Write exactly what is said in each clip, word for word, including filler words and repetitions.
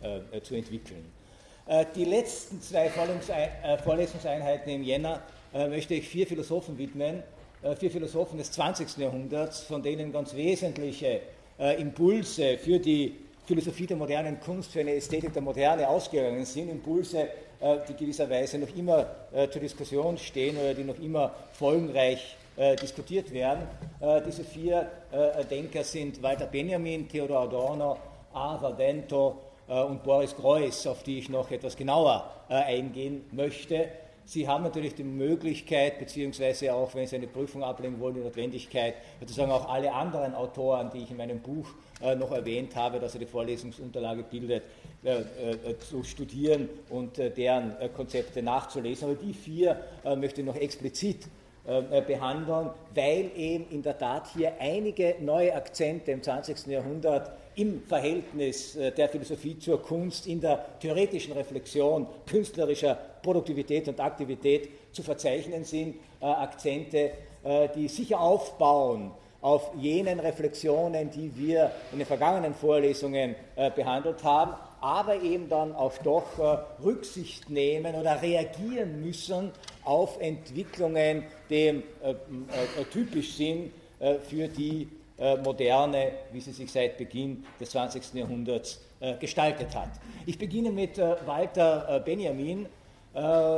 äh, zu entwickeln. Äh, die letzten zwei Vorlesungsein äh, Vorlesungseinheiten im Jänner äh, möchte ich vier Philosophen widmen, äh, vier Philosophen des zwanzigsten Jahrhunderts, von denen ganz wesentliche äh, Impulse für die Philosophie der modernen Kunst, für eine Ästhetik der Moderne ausgegangen sind, Impulse, äh, die gewisserweise noch immer äh, zur Diskussion stehen oder die noch immer folgenreich äh, diskutiert werden. Äh, diese vier äh, Denker sind Walter Benjamin, Theodor Adorno, Ava Vento äh, und Boris Groys, auf die ich noch etwas genauer äh, eingehen möchte. Sie haben natürlich die Möglichkeit, beziehungsweise auch, wenn Sie eine Prüfung ablegen wollen, die Notwendigkeit, sozusagen auch alle anderen Autoren, die ich in meinem Buch äh, noch erwähnt habe, dass er die Vorlesungsunterlage bildet, äh, äh, zu studieren und äh, deren äh, Konzepte nachzulesen. Aber die vier äh, möchte ich noch explizit äh, behandeln, weil eben in der Tat hier einige neue Akzente im zwanzigsten Jahrhundert im Verhältnis der Philosophie zur Kunst, in der theoretischen Reflexion künstlerischer Produktivität und Aktivität zu verzeichnen sind, äh, Akzente, äh, die sicher aufbauen auf jenen Reflexionen, die wir in den vergangenen Vorlesungen äh, behandelt haben, aber eben dann auch doch äh, Rücksicht nehmen oder reagieren müssen auf Entwicklungen, die äh, äh, typisch sind äh, für die Moderne, wie sie sich seit Beginn des zwanzigsten Jahrhunderts äh, gestaltet hat. Ich beginne mit äh, Walter äh, Benjamin, äh,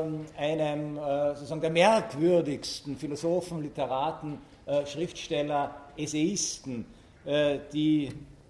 einem äh, sozusagen der merkwürdigsten Philosophen, Literaten, äh, Schriftsteller, Essayisten, äh, die,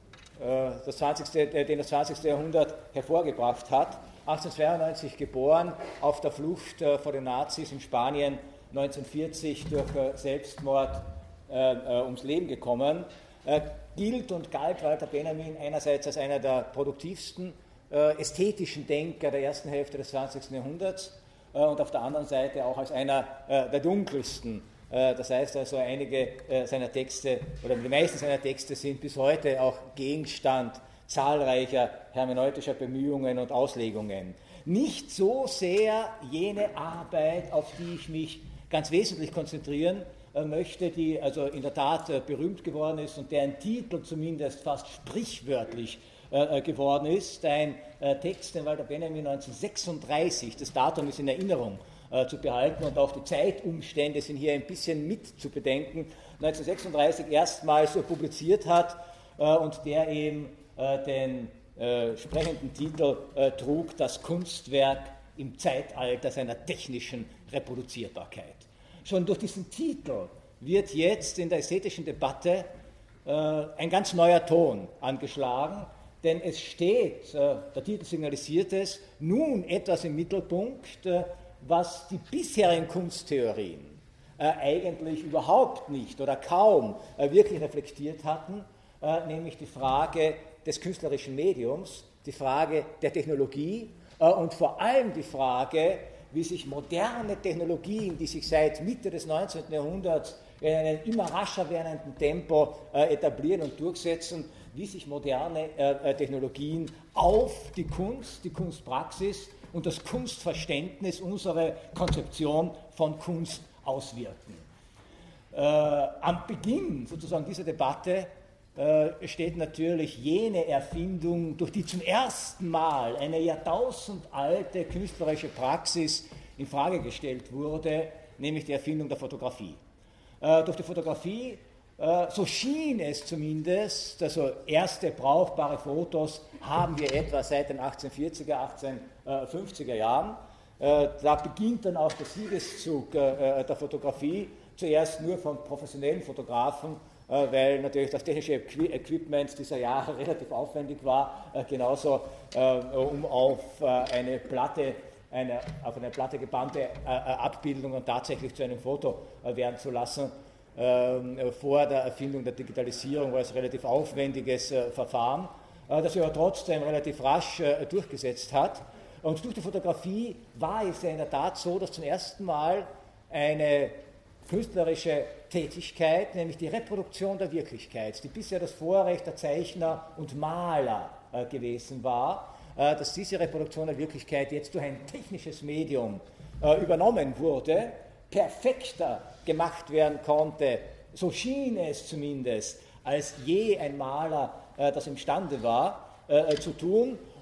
äh, das zwanzigste, den das zwanzigste Jahrhundert hervorgebracht hat. achtzehnhundertzweiundneunzig geboren, auf der Flucht äh, vor den Nazis in Spanien, neunzehnhundertvierzig durch äh, Selbstmord Äh, äh, ums Leben gekommen, äh, gilt und galt Walter Benjamin einerseits als einer der produktivsten äh, ästhetischen Denker der ersten Hälfte des zwanzigsten Jahrhunderts äh, und auf der anderen Seite auch als einer äh, der dunkelsten. Äh, das heißt also, einige äh, seiner Texte oder die meisten seiner Texte sind bis heute auch Gegenstand zahlreicher hermeneutischer Bemühungen und Auslegungen. Nicht so sehr jene Arbeit, auf die ich mich ganz wesentlich konzentrieren möchte, die also in der Tat äh, berühmt geworden ist und deren Titel zumindest fast sprichwörtlich äh, geworden ist. Ein äh, Text, den Walter Benjamin neunzehnhundertsechsunddreißig, das Datum ist in Erinnerung äh, zu behalten und auch die Zeitumstände sind hier ein bisschen mit zu bedenken, neunzehnhundertsechsunddreißig erstmals äh, publiziert hat äh, und der eben äh, den äh, sprechenden Titel äh, trug, das Kunstwerk im Zeitalter seiner technischen Reproduzierbarkeit. Schon durch diesen Titel wird jetzt in der ästhetischen Debatte äh, ein ganz neuer Ton angeschlagen, denn es steht, äh, der Titel signalisiert es, nun etwas im Mittelpunkt, äh, was die bisherigen Kunsttheorien äh, eigentlich überhaupt nicht oder kaum äh, wirklich reflektiert hatten, äh, nämlich die Frage des künstlerischen Mediums, die Frage der Technologie äh, und vor allem die Frage, wie sich moderne Technologien, die sich seit Mitte des neunzehnten Jahrhunderts in einem immer rascher werdenden Tempo äh, etablieren und durchsetzen, wie sich moderne äh, Technologien auf die Kunst, die Kunstpraxis und das Kunstverständnis, unsere Konzeption von Kunst auswirken. Äh, am Beginn sozusagen dieser Debatte äh, steht natürlich jene Erfindung, durch die zum ersten Mal eine jahrtausendalte künstlerische Praxis in Frage gestellt wurde, nämlich die Erfindung der Fotografie. Äh, durch die Fotografie, äh, so schien es zumindest, also erste brauchbare Fotos haben wir etwa seit den achtzehnhundertvierziger, achtzehnhundertfünfziger Jahren. Äh, da beginnt dann auch der Siegeszug äh, der Fotografie, zuerst nur von professionellen Fotografen, äh, weil natürlich das technische Equi- Equipment dieser Jahre relativ aufwendig war, äh, genauso äh, um auf äh, eine Platte, eine, auf eine Platte gebannte äh, Abbildung und tatsächlich zu einem Foto äh, werden zu lassen. Äh, vor der Erfindung der Digitalisierung war es ein relativ aufwendiges äh, Verfahren, äh, das sich aber trotzdem relativ rasch äh, durchgesetzt hat. Und durch die Fotografie war es ja in der Tat so, dass zum ersten Mal eine künstlerische Tätigkeit, nämlich die Reproduktion der Wirklichkeit, die bisher das Vorrecht der Zeichner und Maler äh, gewesen war, äh, dass diese Reproduktion der Wirklichkeit jetzt durch ein technisches Medium äh, übernommen wurde, perfekter gemacht werden konnte, so schien es zumindest, als je ein Maler äh, das imstande war äh, zu tun.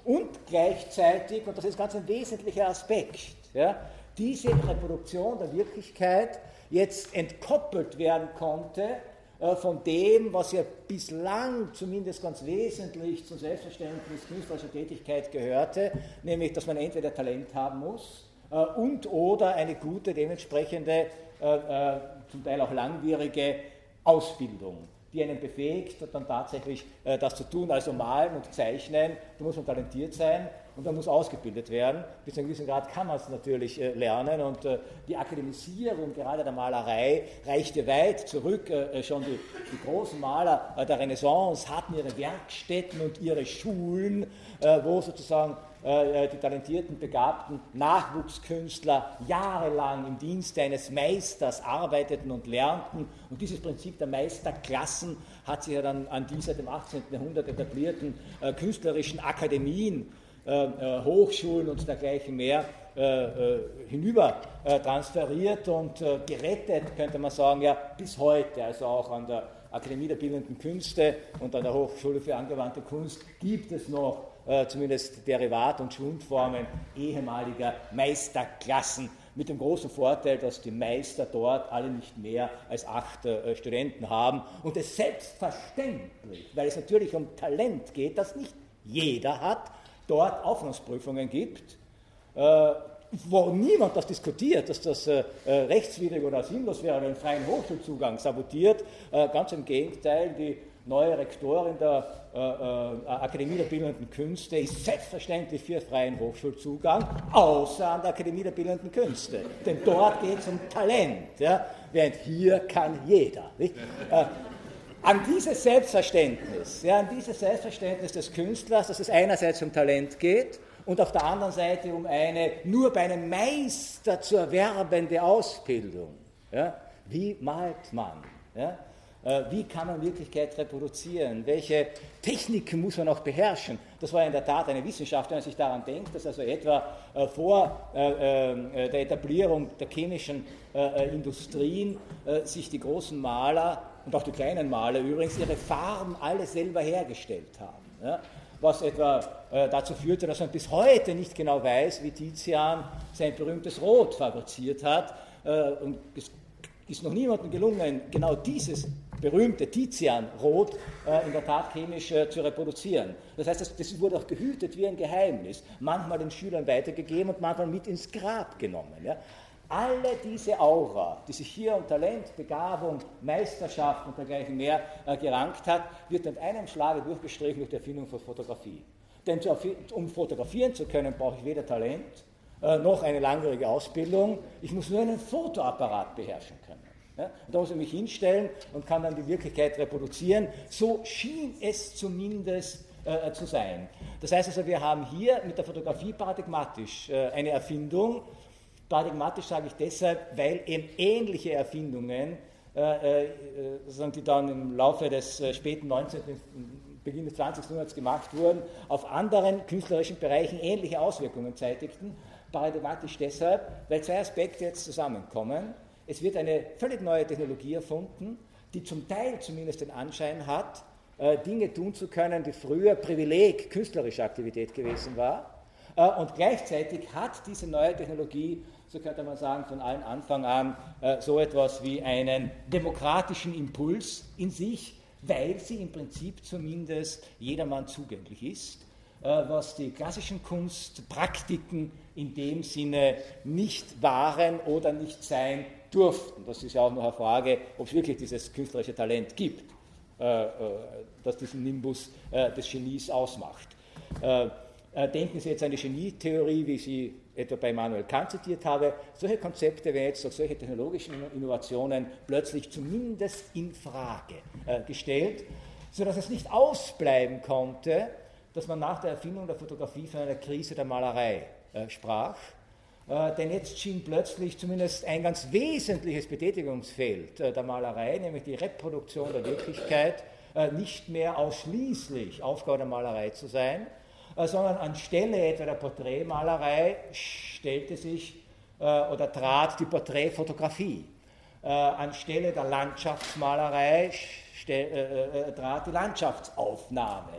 und gleichzeitig, und das ist ganz ein wesentlicher Aspekt, ja, diese Reproduktion der Wirklichkeit jetzt entkoppelt werden konnte äh, von dem, was ja bislang zumindest ganz wesentlich zum Selbstverständnis künstlerischer Tätigkeit gehörte, nämlich, dass man entweder Talent haben muss äh, und oder eine gute, dementsprechende, äh, äh, zum Teil auch langwierige Ausbildung, die einen befähigt, dann tatsächlich äh, das zu tun, also malen und zeichnen, da muss man talentiert sein und man muss ausgebildet werden. Bis zu einem gewissen Grad kann man es natürlich äh, lernen und äh, die Akademisierung gerade der Malerei reichte weit zurück. Äh, schon die, die großen Maler äh, der Renaissance hatten ihre Werkstätten und ihre Schulen, äh, wo sozusagen äh, die talentierten, begabten Nachwuchskünstler jahrelang im Dienste eines Meisters arbeiteten und lernten. Und dieses Prinzip der Meisterklassen hat sich ja dann an die seit dem achtzehnten Jahrhundert etablierten äh, künstlerischen Akademien, äh, äh, Hochschulen und dergleichen mehr äh, äh, hinüber äh, transferiert und äh, gerettet, könnte man sagen, ja bis heute, also auch an der Akademie der Bildenden Künste und an der Hochschule für angewandte Kunst gibt es noch äh, zumindest Derivat- und Schwundformen ehemaliger Meisterklassen, mit dem großen Vorteil, dass die Meister dort alle nicht mehr als acht äh, Studenten haben und es selbstverständlich, weil es natürlich um Talent geht, das nicht jeder hat, dort Aufnahmeprüfungen gibt, äh, wo niemand das diskutiert, dass das äh, rechtswidrig oder sinnlos wäre, den freien Hochschulzugang sabotiert. Äh, ganz im Gegenteil, die neue Rektorin der äh, äh, Akademie der Bildenden Künste ist selbstverständlich für freien Hochschulzugang, außer an der Akademie der Bildenden Künste. Denn dort geht es um Talent, ja? Während hier kann jeder. Nicht? Äh, An dieses Selbstverständnis, ja, an dieses Selbstverständnis des Künstlers, dass es einerseits um Talent geht und auf der anderen Seite um eine nur bei einem Meister zu erwerbende Ausbildung. Ja, wie malt man? Ja, äh, wie kann man Wirklichkeit reproduzieren? Welche Techniken muss man auch beherrschen? Das war in der Tat eine Wissenschaft, wenn man sich daran denkt, dass also etwa äh, vor äh, äh, der Etablierung der chemischen äh, Industrien äh, sich die großen Maler und auch die kleinen Maler übrigens ihre Farben alle selber hergestellt haben. Ja? Was etwa äh, dazu führte, dass man bis heute nicht genau weiß, wie Tizian sein berühmtes Rot fabriziert hat. Äh, und es ist noch niemandem gelungen, genau dieses berühmte Tizian-Rot äh, in der Tat chemisch äh, zu reproduzieren. Das heißt, das, das wurde auch gehütet wie ein Geheimnis, manchmal den Schülern weitergegeben und manchmal mit ins Grab genommen. Ja? Alle diese Aura, die sich hier um Talent, Begabung, Meisterschaft und dergleichen mehr äh, gerankt hat, wird mit einem Schlage durchgestrichen durch die Erfindung von Fotografie. Denn zu, um fotografieren zu können, brauche ich weder Talent äh, noch eine langjährige Ausbildung. Ich muss nur einen Fotoapparat beherrschen können. Ja? Und da muss ich mich hinstellen und kann dann die Wirklichkeit reproduzieren. So schien es zumindest äh, zu sein. Das heißt also, wir haben hier mit der Fotografie paradigmatisch äh, eine Erfindung. Paradigmatisch sage ich deshalb, weil eben ähnliche Erfindungen, äh, äh, die dann im Laufe des äh, späten neunzehnten. Beginn des zwanzigsten. Jahrhunderts gemacht wurden, auf anderen künstlerischen Bereichen ähnliche Auswirkungen zeitigten. Paradigmatisch deshalb, weil zwei Aspekte jetzt zusammenkommen. Es wird eine völlig neue Technologie erfunden, die zum Teil zumindest den Anschein hat, äh, Dinge tun zu können, die früher Privileg künstlerischer Aktivität gewesen war. Äh, und gleichzeitig hat diese neue Technologie, so könnte man sagen, von allen Anfang an äh, so etwas wie einen demokratischen Impuls in sich, weil sie im Prinzip zumindest jedermann zugänglich ist, äh, was die klassischen Kunstpraktiken in dem Sinne nicht waren oder nicht sein durften. Das ist ja auch noch eine Frage, ob es wirklich dieses künstlerische Talent gibt, äh, äh, das diesen Nimbus äh, des Genies ausmacht. Äh, äh, denken Sie jetzt an die Genietheorie, wie ich sie etwa bei Immanuel Kant zitiert habe. Solche Konzepte werden jetzt durch solche technologischen Innovationen plötzlich zumindest in Frage äh, gestellt, sodass es nicht ausbleiben konnte, dass man nach der Erfindung der Fotografie von einer Krise der Malerei äh, sprach. Äh, denn jetzt schien plötzlich zumindest ein ganz wesentliches Betätigungsfeld äh, der Malerei, nämlich die Reproduktion der Wirklichkeit, äh, nicht mehr ausschließlich Aufgabe der Malerei zu sein, sondern anstelle etwa der Porträtmalerei stellte sich äh, oder trat die Porträtfotografie. Äh, anstelle der Landschaftsmalerei stell, äh, äh, trat die Landschaftsaufnahme.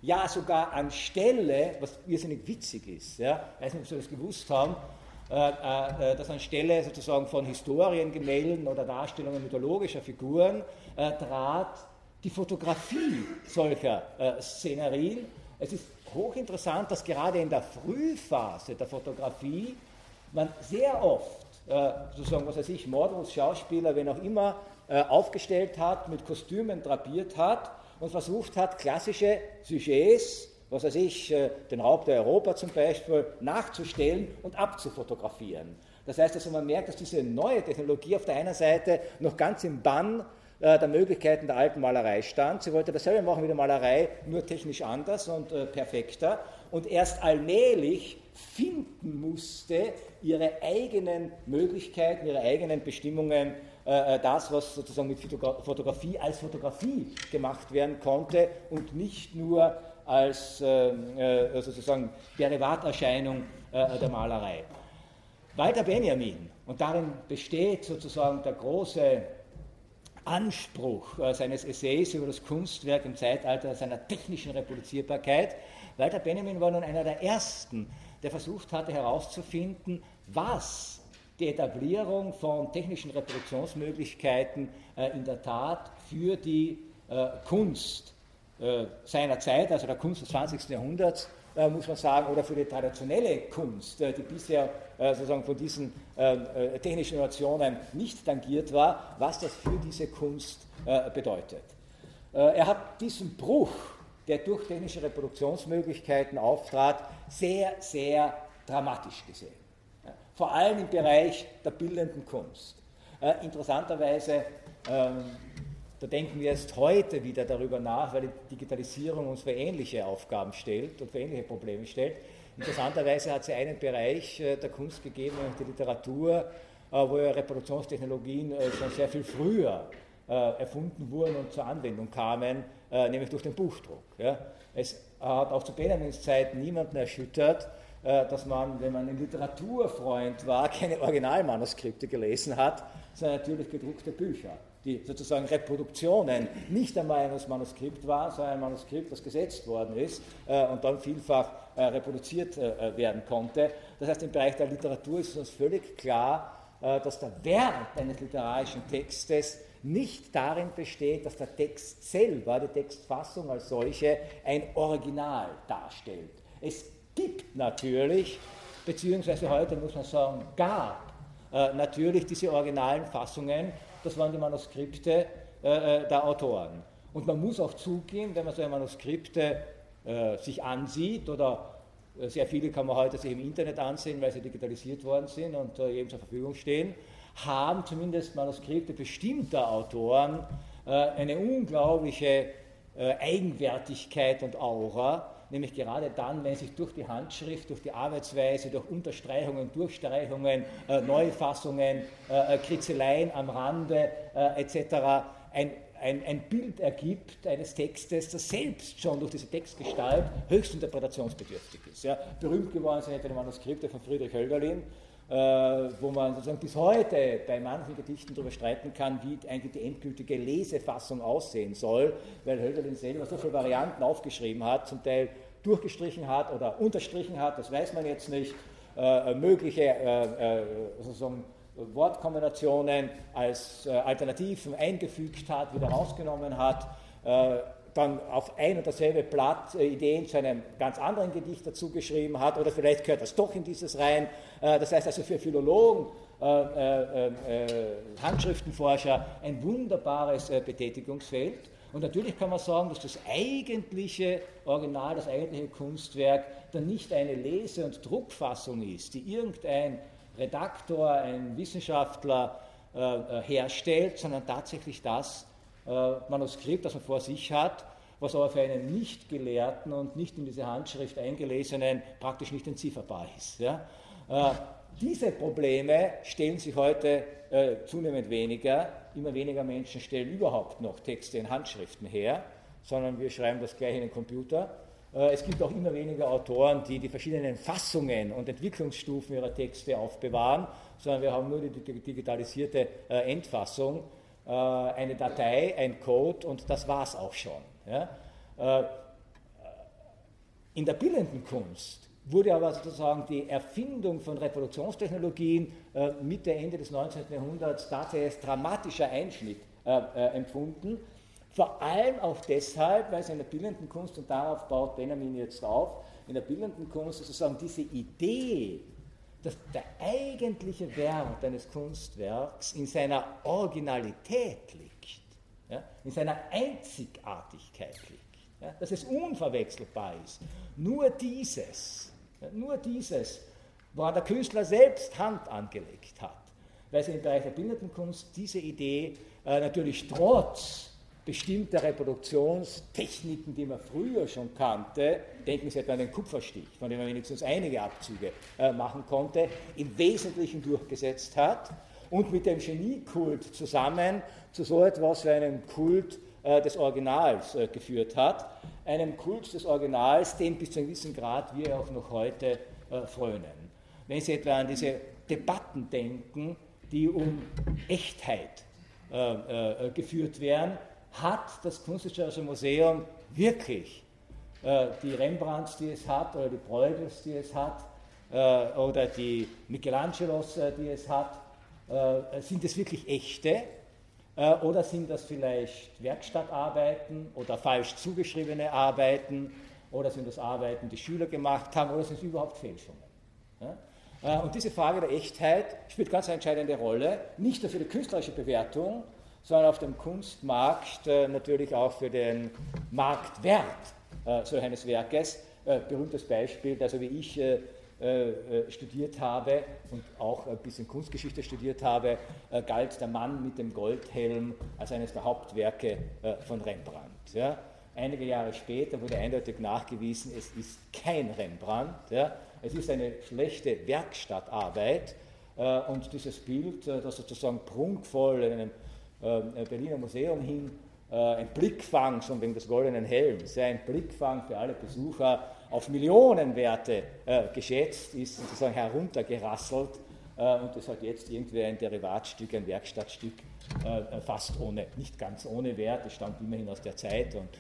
ja sogar anstelle, was irrsinnig witzig ist, ja, ich weiß nicht, ob Sie das gewusst haben, äh, äh, dass anstelle sozusagen von Historiengemälden oder Darstellungen mythologischer Figuren äh, trat die Fotografie solcher äh, Szenerien. Es ist hochinteressant, dass gerade in der Frühphase der Fotografie man sehr oft, äh, sozusagen, was weiß ich, Models, Schauspieler, wen auch immer, äh, aufgestellt hat, mit Kostümen drapiert hat und versucht hat, klassische Sujets, was weiß ich, äh, den Raub der Europa zum Beispiel, nachzustellen und abzufotografieren. Das heißt also, man merkt, dass diese neue Technologie auf der einen Seite noch ganz im Bann der Möglichkeiten der alten Malerei stand. Sie wollte dasselbe machen wie die Malerei, nur technisch anders und äh, perfekter. Und erst allmählich finden musste ihre eigenen Möglichkeiten, ihre eigenen Bestimmungen, äh, das, was sozusagen mit Fotografie als Fotografie gemacht werden konnte und nicht nur als äh, sozusagen Derivaterscheinung äh, der Malerei. Walter Benjamin, und darin besteht sozusagen der große Anspruch äh, seines Essays über das Kunstwerk im Zeitalter seiner technischen Reproduzierbarkeit. Walter Benjamin war nun einer der Ersten, der versucht hatte herauszufinden, was die Etablierung von technischen Reproduktionsmöglichkeiten äh, in der Tat für die äh, Kunst äh, seiner Zeit, also der Kunst des zwanzigsten Jahrhunderts, äh, muss man sagen, oder für die traditionelle Kunst, äh, die bisher äh, sozusagen von diesen äh, technischen Innovationen nicht tangiert war, was das für diese Kunst äh, bedeutet. Äh, er hat diesen Bruch, der durch technische Reproduktionsmöglichkeiten auftrat, sehr, sehr dramatisch gesehen. Ja, vor allem im Bereich der bildenden Kunst. Äh, interessanterweise, ähm, da denken wir erst heute wieder darüber nach, weil die Digitalisierung uns für ähnliche Aufgaben stellt und für ähnliche Probleme stellt. Interessanterweise hat es einen Bereich äh, der Kunst gegeben, nämlich die Literatur, äh, wo ja Reproduktionstechnologien äh, schon sehr viel früher äh, erfunden wurden und zur Anwendung kamen, äh, nämlich durch den Buchdruck. Ja. Es hat auch zu Benjamins Zeit niemanden erschüttert, äh, dass man, wenn man ein Literaturfreund war, keine Originalmanuskripte gelesen hat, sondern natürlich gedruckte Bücher, die sozusagen Reproduktionen nicht einmal eines Manuskript waren, sondern ein Manuskript, das gesetzt worden ist äh, und dann vielfach äh, reproduziert äh, werden konnte. Das heißt, im Bereich der Literatur ist uns völlig klar, äh, dass der Wert eines literarischen Textes nicht darin besteht, dass der Text selber, die Textfassung als solche, ein Original darstellt. Es gibt natürlich, beziehungsweise heute muss man sagen, gab äh, natürlich diese originalen Fassungen. Das waren die Manuskripte äh, der Autoren. Und man muss auch zugeben, wenn man so Manuskripte äh, sich ansieht, oder äh, sehr viele kann man heute sich im Internet ansehen, weil sie digitalisiert worden sind und äh, jedem zur Verfügung stehen, haben zumindest Manuskripte bestimmter Autoren äh, eine unglaubliche äh, Eigenwertigkeit und Aura, nämlich gerade dann, wenn sich durch die Handschrift, durch die Arbeitsweise, durch Unterstreichungen, Durchstreichungen, äh, Neufassungen, äh, Kritzeleien am Rande äh, et cetera ein, ein, ein Bild ergibt eines Textes, das selbst schon durch diese Textgestalt höchst interpretationsbedürftig ist. Ja. Berühmt geworden sind etwa die Manuskripte von Friedrich Hölderlin, äh, wo man sozusagen bis heute bei manchen Gedichten darüber streiten kann, wie eigentlich die endgültige Lesefassung aussehen soll, weil Hölderlin selber so viele Varianten aufgeschrieben hat, zum Teil durchgestrichen hat oder unterstrichen hat, das weiß man jetzt nicht, äh, mögliche äh, äh, sozusagen Wortkombinationen als äh, Alternativen eingefügt hat, wieder rausgenommen hat, äh, dann auf ein und dasselbe Blatt äh, Ideen zu einem ganz anderen Gedicht dazu geschrieben hat, oder vielleicht gehört das doch in dieses rein. Äh, das heißt also für Philologen, äh, äh, äh, Handschriftenforscher ein wunderbares äh, Betätigungsfeld. Und natürlich kann man sagen, dass das eigentliche Original, das eigentliche Kunstwerk dann nicht eine Lese- und Druckfassung ist, die irgendein Redaktor, ein Wissenschaftler äh, herstellt, sondern tatsächlich das äh, Manuskript, das man vor sich hat, was aber für einen Nicht-Gelehrten und nicht in diese Handschrift eingelesenen praktisch nicht entzifferbar ist. Ja? Äh, diese Probleme stellen sich heute äh, zunehmend weniger. Immer weniger Menschen stellen überhaupt noch Texte in Handschriften her, sondern wir schreiben das gleich in den Computer. Es gibt auch immer weniger Autoren, die die verschiedenen Fassungen und Entwicklungsstufen ihrer Texte aufbewahren, sondern wir haben nur die digitalisierte Endfassung, eine Datei, ein Code, und das war es auch schon. In der bildenden Kunst wurde aber sozusagen die Erfindung von Reproduktionstechnologien äh, Mitte, Ende des neunzehnten Jahrhunderts tatsächlich als dramatischer Einschnitt äh, äh, empfunden. Vor allem auch deshalb, weil es in der bildenden Kunst, und darauf baut Benjamin jetzt auf, in der bildenden Kunst sozusagen diese Idee, dass der eigentliche Wert eines Kunstwerks in seiner Originalität liegt, ja, in seiner Einzigartigkeit liegt, ja, dass es unverwechselbar ist. Nur dieses, ja, nur dieses, woran der Künstler selbst Hand angelegt hat, weil sie im Bereich der bildenden Kunst diese Idee äh, natürlich trotz bestimmte Reproduktionstechniken, die man früher schon kannte, denken Sie etwa an den Kupferstich, von dem man wenigstens einige Abzüge äh, machen konnte, im Wesentlichen durchgesetzt hat und mit dem Geniekult zusammen zu so etwas wie einem Kult äh, des Originals äh, geführt hat, einem Kult des Originals, den bis zu einem gewissen Grad wir auch noch heute äh, frönen. Wenn Sie etwa an diese Debatten denken, die um Echtheit äh, äh, geführt werden, hat das Kunsthistorische Museum wirklich äh, die Rembrandts, die es hat, oder die Bruegels, die es hat, äh, oder die Michelangelos, äh, die es hat, äh, sind es wirklich echte, äh, oder sind das vielleicht Werkstattarbeiten oder falsch zugeschriebene Arbeiten, oder sind das Arbeiten, die Schüler gemacht haben, oder sind es überhaupt Fälschungen? Ja? Äh, und diese Frage der Echtheit spielt ganz eine entscheidende Rolle, nicht nur für die künstlerische Bewertung, sondern auf dem Kunstmarkt äh, natürlich auch für den Marktwert äh, so eines Werkes. Äh, berühmtes Beispiel, also wie ich äh, äh, studiert habe und auch ein bisschen Kunstgeschichte studiert habe, äh, galt der Mann mit dem Goldhelm als eines der Hauptwerke äh, von Rembrandt. Ja. Einige Jahre später wurde eindeutig nachgewiesen, es ist kein Rembrandt, ja. Es ist eine schlechte Werkstattarbeit äh, und dieses Bild, äh, das sozusagen prunkvoll in einem Berliner Museum hin, ein Blickfang, schon wegen des goldenen Helms, ein Blickfang für alle Besucher, auf Millionenwerte geschätzt, ist sozusagen heruntergerasselt und es hat jetzt irgendwie ein Derivatstück, ein Werkstattstück, fast ohne, nicht ganz ohne Wert, es stammt immerhin aus der Zeit und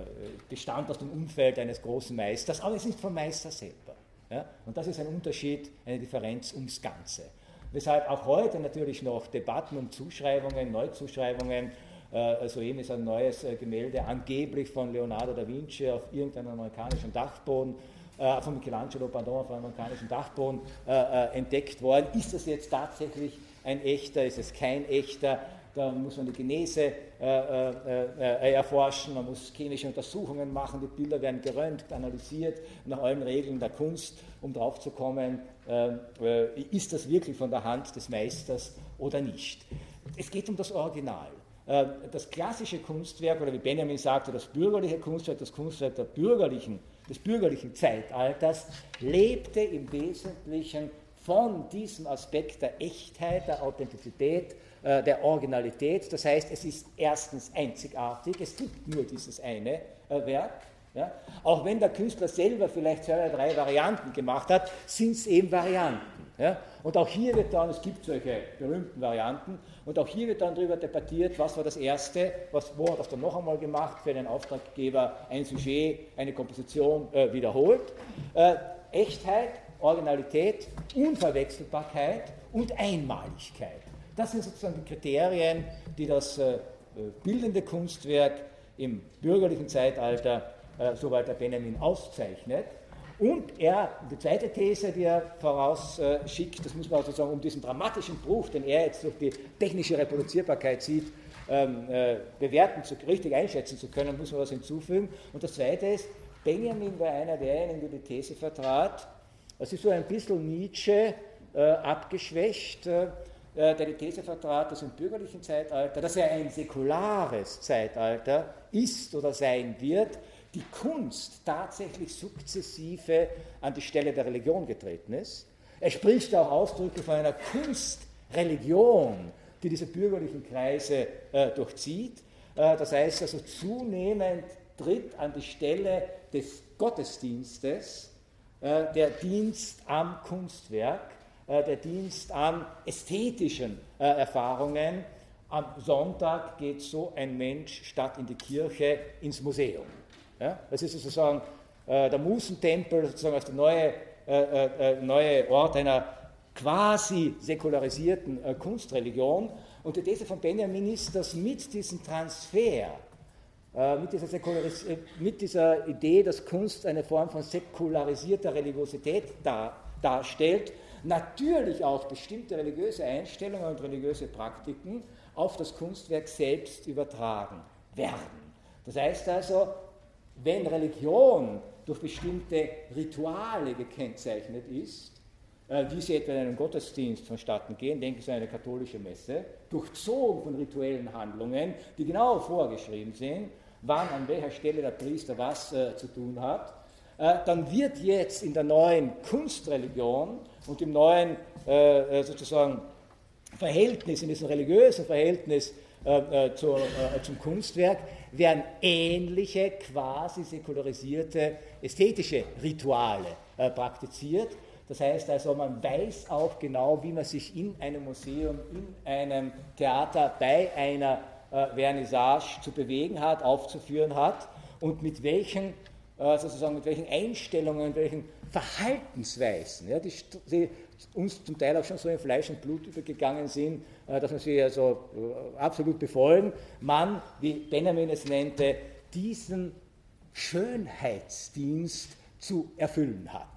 bestand aus dem Umfeld eines großen Meisters, aber es ist vom Meister selber. Ja? Und das ist ein Unterschied, eine Differenz ums Ganze. Weshalb auch heute natürlich noch Debatten um Zuschreibungen, Neuzuschreibungen, äh, soeben ist ein neues äh, Gemälde angeblich von Leonardo da Vinci auf irgendeinem amerikanischen Dachboden, äh, von Michelangelo, pardon, auf einem amerikanischen Dachboden äh, äh, entdeckt worden. Ist das jetzt tatsächlich ein echter, ist es kein echter? Da muss man die Genese äh, äh, äh, erforschen, man muss chemische Untersuchungen machen, die Bilder werden geröntgt, analysiert, nach allen Regeln der Kunst, um drauf zu kommen, äh, äh, ist das wirklich von der Hand des Meisters oder nicht. Es geht um das Original. Äh, das klassische Kunstwerk, oder wie Benjamin sagte, das bürgerliche Kunstwerk, das Kunstwerk der bürgerlichen, des bürgerlichen Zeitalters, lebte im Wesentlichen von diesem Aspekt der Echtheit, der Authentizität, der Originalität. Das heißt, es ist erstens einzigartig, es gibt nur dieses eine äh, Werk. Ja? Auch wenn der Künstler selber vielleicht zwei oder drei Varianten gemacht hat, sind es eben Varianten. Ja? Und auch hier wird dann, es gibt solche berühmten Varianten, und auch hier wird dann darüber debattiert, was war das Erste, was, wo hat das dann noch einmal gemacht, für einen Auftraggeber ein Sujet, eine Komposition äh, wiederholt. Äh, Echtheit, Originalität, Unverwechselbarkeit und Einmaligkeit. Das sind sozusagen die Kriterien, die das äh, bildende Kunstwerk im bürgerlichen Zeitalter, äh, soweit der Benjamin auszeichnet. Und er, die zweite These, die er vorausschickt, das muss man also sagen, um diesen dramatischen Bruch, den er jetzt durch die technische Reproduzierbarkeit sieht, ähm, äh, bewerten, zu, richtig einschätzen zu können, muss man was hinzufügen. Und das zweite ist, Benjamin war einer derjenigen, die die These vertrat, das ist so ein bisschen Nietzsche äh, abgeschwächt, äh, der die These vertrat, dass im bürgerlichen Zeitalter, dass er ein säkulares Zeitalter ist oder sein wird, die Kunst tatsächlich sukzessive an die Stelle der Religion getreten ist. Er spricht auch ausdrücklich von einer Kunstreligion, die diese bürgerlichen Kreise äh, durchzieht. Äh, das heißt also, zunehmend tritt an die Stelle des Gottesdienstes äh, der Dienst am Kunstwerk, der Dienst an ästhetischen äh, Erfahrungen. Am Sonntag geht so ein Mensch statt in die Kirche ins Museum. Ja? Das ist sozusagen äh, der Musentempel sozusagen als der neue, äh, äh, neue Ort einer quasi säkularisierten äh, Kunstreligion. Und die These von Benjamin ist, dass mit diesem Transfer, äh, mit, dieser äh, mit dieser Idee, dass Kunst eine Form von säkularisierter Religiosität dar darstellt, natürlich auch bestimmte religiöse Einstellungen und religiöse Praktiken auf das Kunstwerk selbst übertragen werden. Das heißt also, wenn Religion durch bestimmte Rituale gekennzeichnet ist, wie sie etwa in einem Gottesdienst vonstatten gehen, denken Sie an eine katholische Messe, durchzogen von rituellen Handlungen, die genau vorgeschrieben sind, wann, an welcher Stelle der Priester was äh, zu tun hat, äh, dann wird jetzt in der neuen Kunstreligion und im neuen äh, sozusagen Verhältnis, in diesem religiösen Verhältnis äh, äh, zur, äh, zum Kunstwerk, werden ähnliche, quasi säkularisierte ästhetische Rituale äh, praktiziert. Das heißt also, man weiß auch genau, wie man sich in einem Museum, in einem Theater, bei einer äh, Vernissage zu bewegen hat, aufzuführen hat und mit welchen, äh, sozusagen mit welchen Einstellungen, mit welchen Verhaltensweisen, ja, die, die uns zum Teil auch schon so in Fleisch und Blut übergegangen sind, äh, dass man sie also äh, absolut befolgen, man, wie Benjamin es nannte, diesen Schönheitsdienst zu erfüllen hat.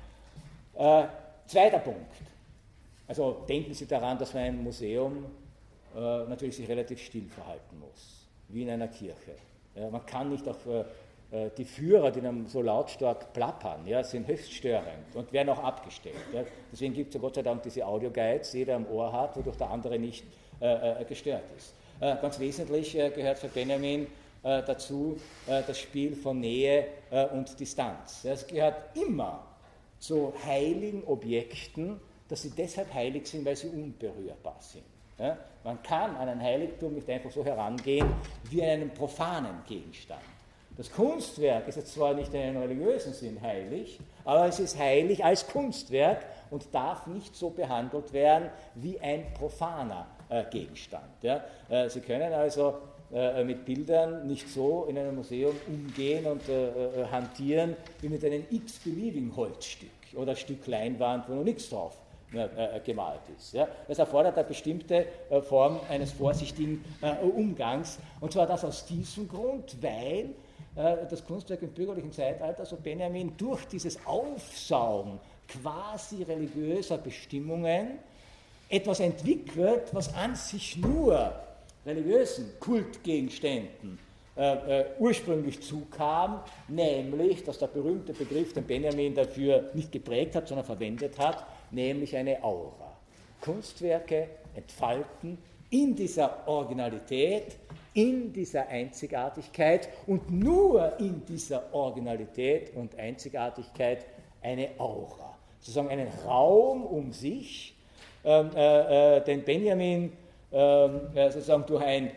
Äh, zweiter Punkt. Also denken Sie daran, dass man ein Museum äh, natürlich sich relativ still verhalten muss, wie in einer Kirche. Ja, man kann nicht auch äh, die Führer, die dann so lautstark plappern, ja, sind höchst störend und werden auch abgestellt. Ja. Deswegen gibt es ja Gott sei Dank diese Audioguides, die jeder am Ohr hat, wodurch der andere nicht äh, gestört ist. Äh, ganz wesentlich äh, gehört für Benjamin äh, dazu äh, das Spiel von Nähe äh, und Distanz. Ja, es gehört immer zu heiligen Objekten, dass sie deshalb heilig sind, weil sie unberührbar sind. Ja? Man kann an ein Heiligtum nicht einfach so herangehen wie an einen profanen Gegenstand. Das Kunstwerk ist jetzt zwar nicht in einem religiösen Sinn heilig, aber es ist heilig als Kunstwerk und darf nicht so behandelt werden wie ein profaner äh, Gegenstand. Ja? Äh, Sie können also äh, mit Bildern nicht so in einem Museum umgehen und äh, äh, hantieren wie mit einem x-beliebigen Holzstück oder Stück Leinwand, wo noch nichts drauf äh, gemalt ist. Ja? Das erfordert eine bestimmte äh, Form eines vorsichtigen äh, Umgangs, und zwar das aus diesem Grund, weil äh, das Kunstwerk im bürgerlichen Zeitalter, so Benjamin, durch dieses Aufsaugen quasi religiöser Bestimmungen etwas entwickelt, was an sich nur religiösen Kultgegenständen äh, äh, ursprünglich zukam, nämlich, dass der berühmte Begriff, den Benjamin dafür nicht geprägt hat, sondern verwendet hat, nämlich eine Aura. Kunstwerke entfalten in dieser Originalität, in dieser Einzigartigkeit und nur in dieser Originalität und Einzigartigkeit eine Aura. Sozusagen einen Raum um sich, ähm, äh, äh, den Benjamin äh, sozusagen durch ein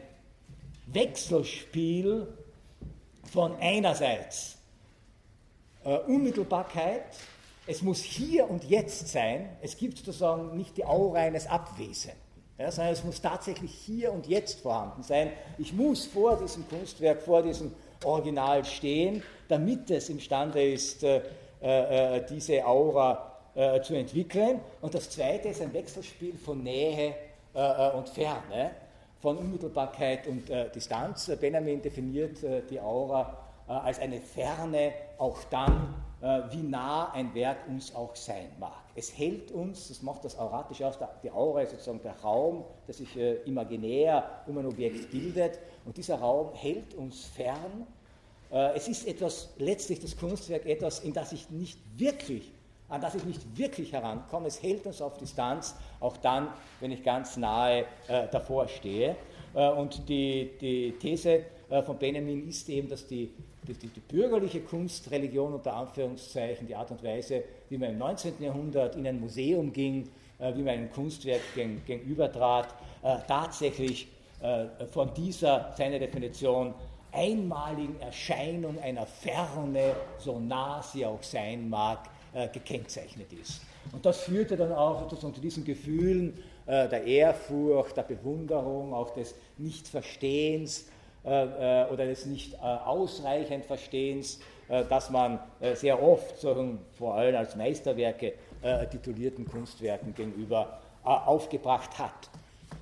Wechselspiel von einerseits äh, Unmittelbarkeit, es muss hier und jetzt sein, es gibt sozusagen nicht die Aura eines Abwesenden, ja, sondern es muss tatsächlich hier und jetzt vorhanden sein. Ich muss vor diesem Kunstwerk, vor diesem Original stehen, damit es imstande ist, äh, äh, diese Aura äh, zu entwickeln. Und das Zweite ist ein Wechselspiel von Nähe äh, und Ferne, von Unmittelbarkeit und äh, Distanz. Benjamin definiert äh, die Aura äh, als eine Ferne, auch dann, äh, wie nah ein Werk uns auch sein mag. Es hält uns, das macht das auratisch aus, die Aura ist sozusagen der Raum, der sich äh, imaginär um ein Objekt bildet, und dieser Raum hält uns fern. Äh, es ist etwas, letztlich das Kunstwerk, etwas, in das ich nicht wirklich an das ich nicht wirklich herankomme. Es hält uns auf Distanz, auch dann, wenn ich ganz nahe äh, davor stehe. Äh, und die, die These äh, von Benjamin ist eben, dass die, die, die bürgerliche Kunstreligion unter Anführungszeichen, die Art und Weise, wie man im neunzehnten Jahrhundert in ein Museum ging, äh, wie man einem Kunstwerk geg gegenübertrat, äh, tatsächlich äh, von dieser, seiner Definition, einmaligen Erscheinung einer Ferne, so nah sie auch sein mag, gekennzeichnet ist. Und das führte dann auch sozusagen zu diesen Gefühlen äh, der Ehrfurcht, der Bewunderung, auch des Nichtverstehens äh, äh, oder des nicht äh, ausreichend Verstehens äh, das man äh, sehr oft, so, vor allem als Meisterwerke äh, titulierten Kunstwerken gegenüber äh, aufgebracht hat.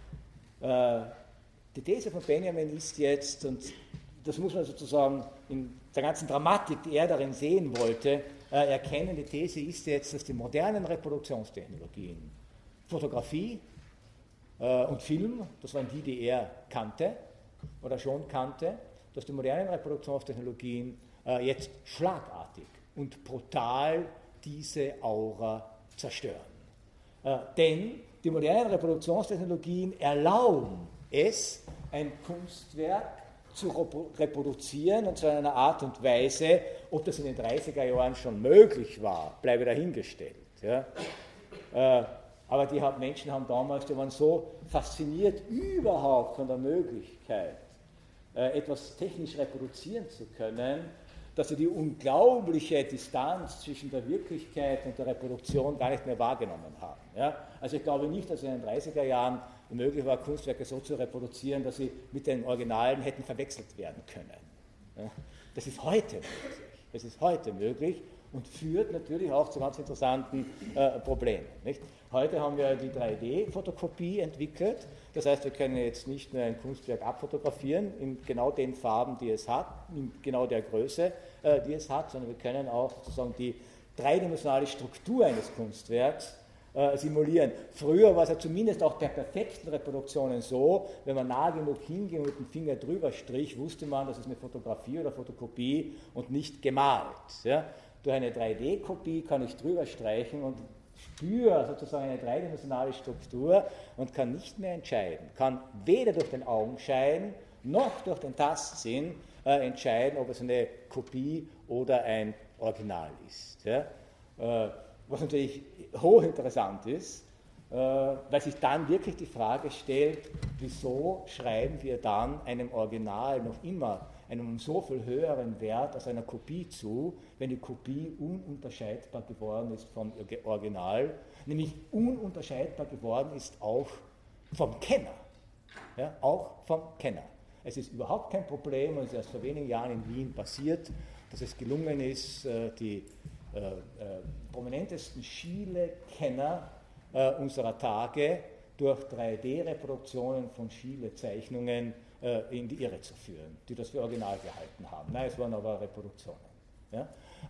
Äh, die These von Benjamin ist jetzt, und das muss man sozusagen in der ganzen Dramatik, die er darin sehen wollte, äh, erkennen, die These ist jetzt, dass die modernen Reproduktionstechnologien, Fotografie äh, und Film, das waren die, die er kannte oder schon kannte, dass die modernen Reproduktionstechnologien äh, jetzt schlagartig und brutal diese Aura zerstören. Äh, denn die modernen Reproduktionstechnologien erlauben es, ein Kunstwerk zu reproduzieren und zu einer Art und Weise, ob das in den dreißiger Jahren schon möglich war, bleibe dahingestellt. Ja. Äh, aber die Menschen haben damals, die waren so fasziniert überhaupt von der Möglichkeit, äh, etwas technisch reproduzieren zu können, dass sie die unglaubliche Distanz zwischen der Wirklichkeit und der Reproduktion gar nicht mehr wahrgenommen haben. Ja. Also ich glaube nicht, dass in den dreißiger Jahren möglich war, Kunstwerke so zu reproduzieren, dass sie mit den Originalen hätten verwechselt werden können. Ja. Das ist heute möglich. Das ist heute möglich und führt natürlich auch zu ganz interessanten äh, Problemen. Nicht? Heute haben wir die drei D-Fotokopie entwickelt. Das heißt, wir können jetzt nicht nur ein Kunstwerk abfotografieren in genau den Farben, die es hat, in genau der Größe, äh, die es hat, sondern wir können auch sozusagen die dreidimensionale Struktur eines Kunstwerks äh, simulieren. Früher war es ja zumindest auch bei perfekten Reproduktionen so, wenn man nah genug hinging und mit dem Finger drüber strich, wusste man, das ist eine Fotografie oder Fotokopie und nicht gemalt. Ja? Durch eine drei D-Kopie kann ich drüber streichen und spüre sozusagen eine dreidimensionale Struktur und kann nicht mehr entscheiden, kann weder durch den Augenschein noch durch den Tastsinn äh, entscheiden, ob es eine Kopie oder ein Original ist. Ja? Äh, was natürlich hochinteressant ist, äh, weil sich dann wirklich die Frage stellt, wieso schreiben wir dann einem Original noch immer einen so viel höheren Wert als einer Kopie zu, wenn die Kopie ununterscheidbar geworden ist vom Original, nämlich ununterscheidbar geworden ist auch vom Kenner. Ja, auch vom Kenner. Es ist überhaupt kein Problem, und es ist erst vor wenigen Jahren in Wien passiert, dass es gelungen ist, die äh, äh, prominentesten Schiele-Kenner äh, unserer Tage durch drei D-Reproduktionen von Schiele-Zeichnungen in die Irre zu führen, die das für original gehalten haben. Nein, es waren aber Reproduktionen. Ja?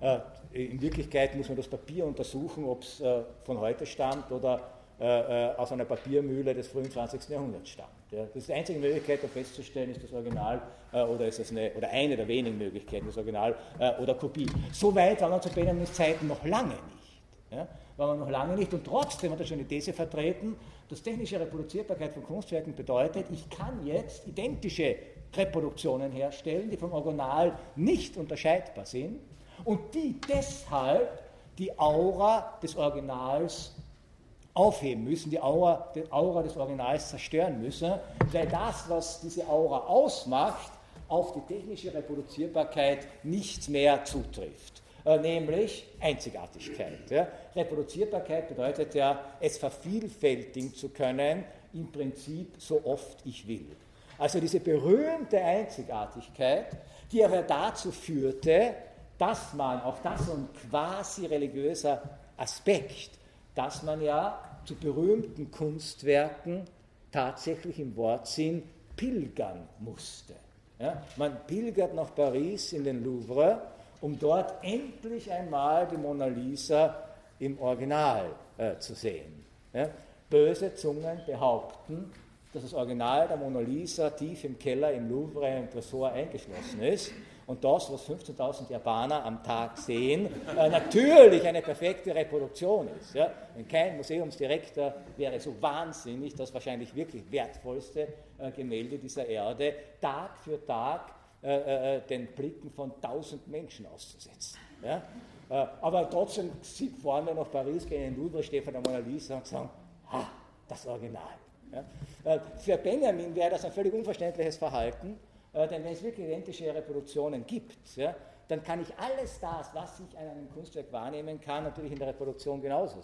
Äh, in Wirklichkeit muss man das Papier untersuchen, ob es äh, von heute stammt oder äh, aus einer Papiermühle des frühen zwanzigsten Jahrhunderts stammt. Ja? Das ist die einzige Möglichkeit, um festzustellen, ist das Original äh, oder ist das eine, oder eine der wenigen Möglichkeiten, das Original äh, oder Kopie. So weit war man zu Benjamins Zeiten noch lange nicht. Ja? War man noch lange nicht und trotzdem hat er schon die These vertreten, dass technische Reproduzierbarkeit von Kunstwerken bedeutet, ich kann jetzt identische Reproduktionen herstellen, die vom Original nicht unterscheidbar sind und die deshalb die Aura des Originals aufheben müssen, die Aura, die Aura des Originals zerstören müssen, weil das, was diese Aura ausmacht, auf die technische Reproduzierbarkeit nicht mehr zutrifft. Nämlich Einzigartigkeit. Ja. Reproduzierbarkeit bedeutet ja, es vervielfältigen zu können, im Prinzip so oft ich will. Also diese berühmte Einzigartigkeit, die aber dazu führte, dass man, auch das so ein quasi religiöser Aspekt, dass man ja zu berühmten Kunstwerken tatsächlich im Wortsinn pilgern musste. Ja. Man pilgert nach Paris in den Louvre, um dort endlich einmal die Mona Lisa im Original äh, zu sehen. Ja? Böse Zungen behaupten, dass das Original der Mona Lisa tief im Keller im Louvre im Tresor eingeschlossen ist und das, was fünfzehntausend Japaner am Tag sehen, äh, natürlich eine perfekte Reproduktion ist. Ja? Wenn kein Museumsdirektor wäre so wahnsinnig, das wahrscheinlich wirklich wertvollste äh, Gemälde dieser Erde Tag für Tag Äh, äh, den Blicken von tausend Menschen auszusetzen. Ja? Äh, aber trotzdem fahren wir nach Paris, gehen in den Louvre, stehen vor der Mona Lisa und sagen, ha, das Original. Ja? Äh, für Benjamin wäre das ein völlig unverständliches Verhalten, äh, denn wenn es wirklich identische Reproduktionen gibt, ja, dann kann ich alles das, was ich an einem Kunstwerk wahrnehmen kann, natürlich in der Reproduktion genauso sehen.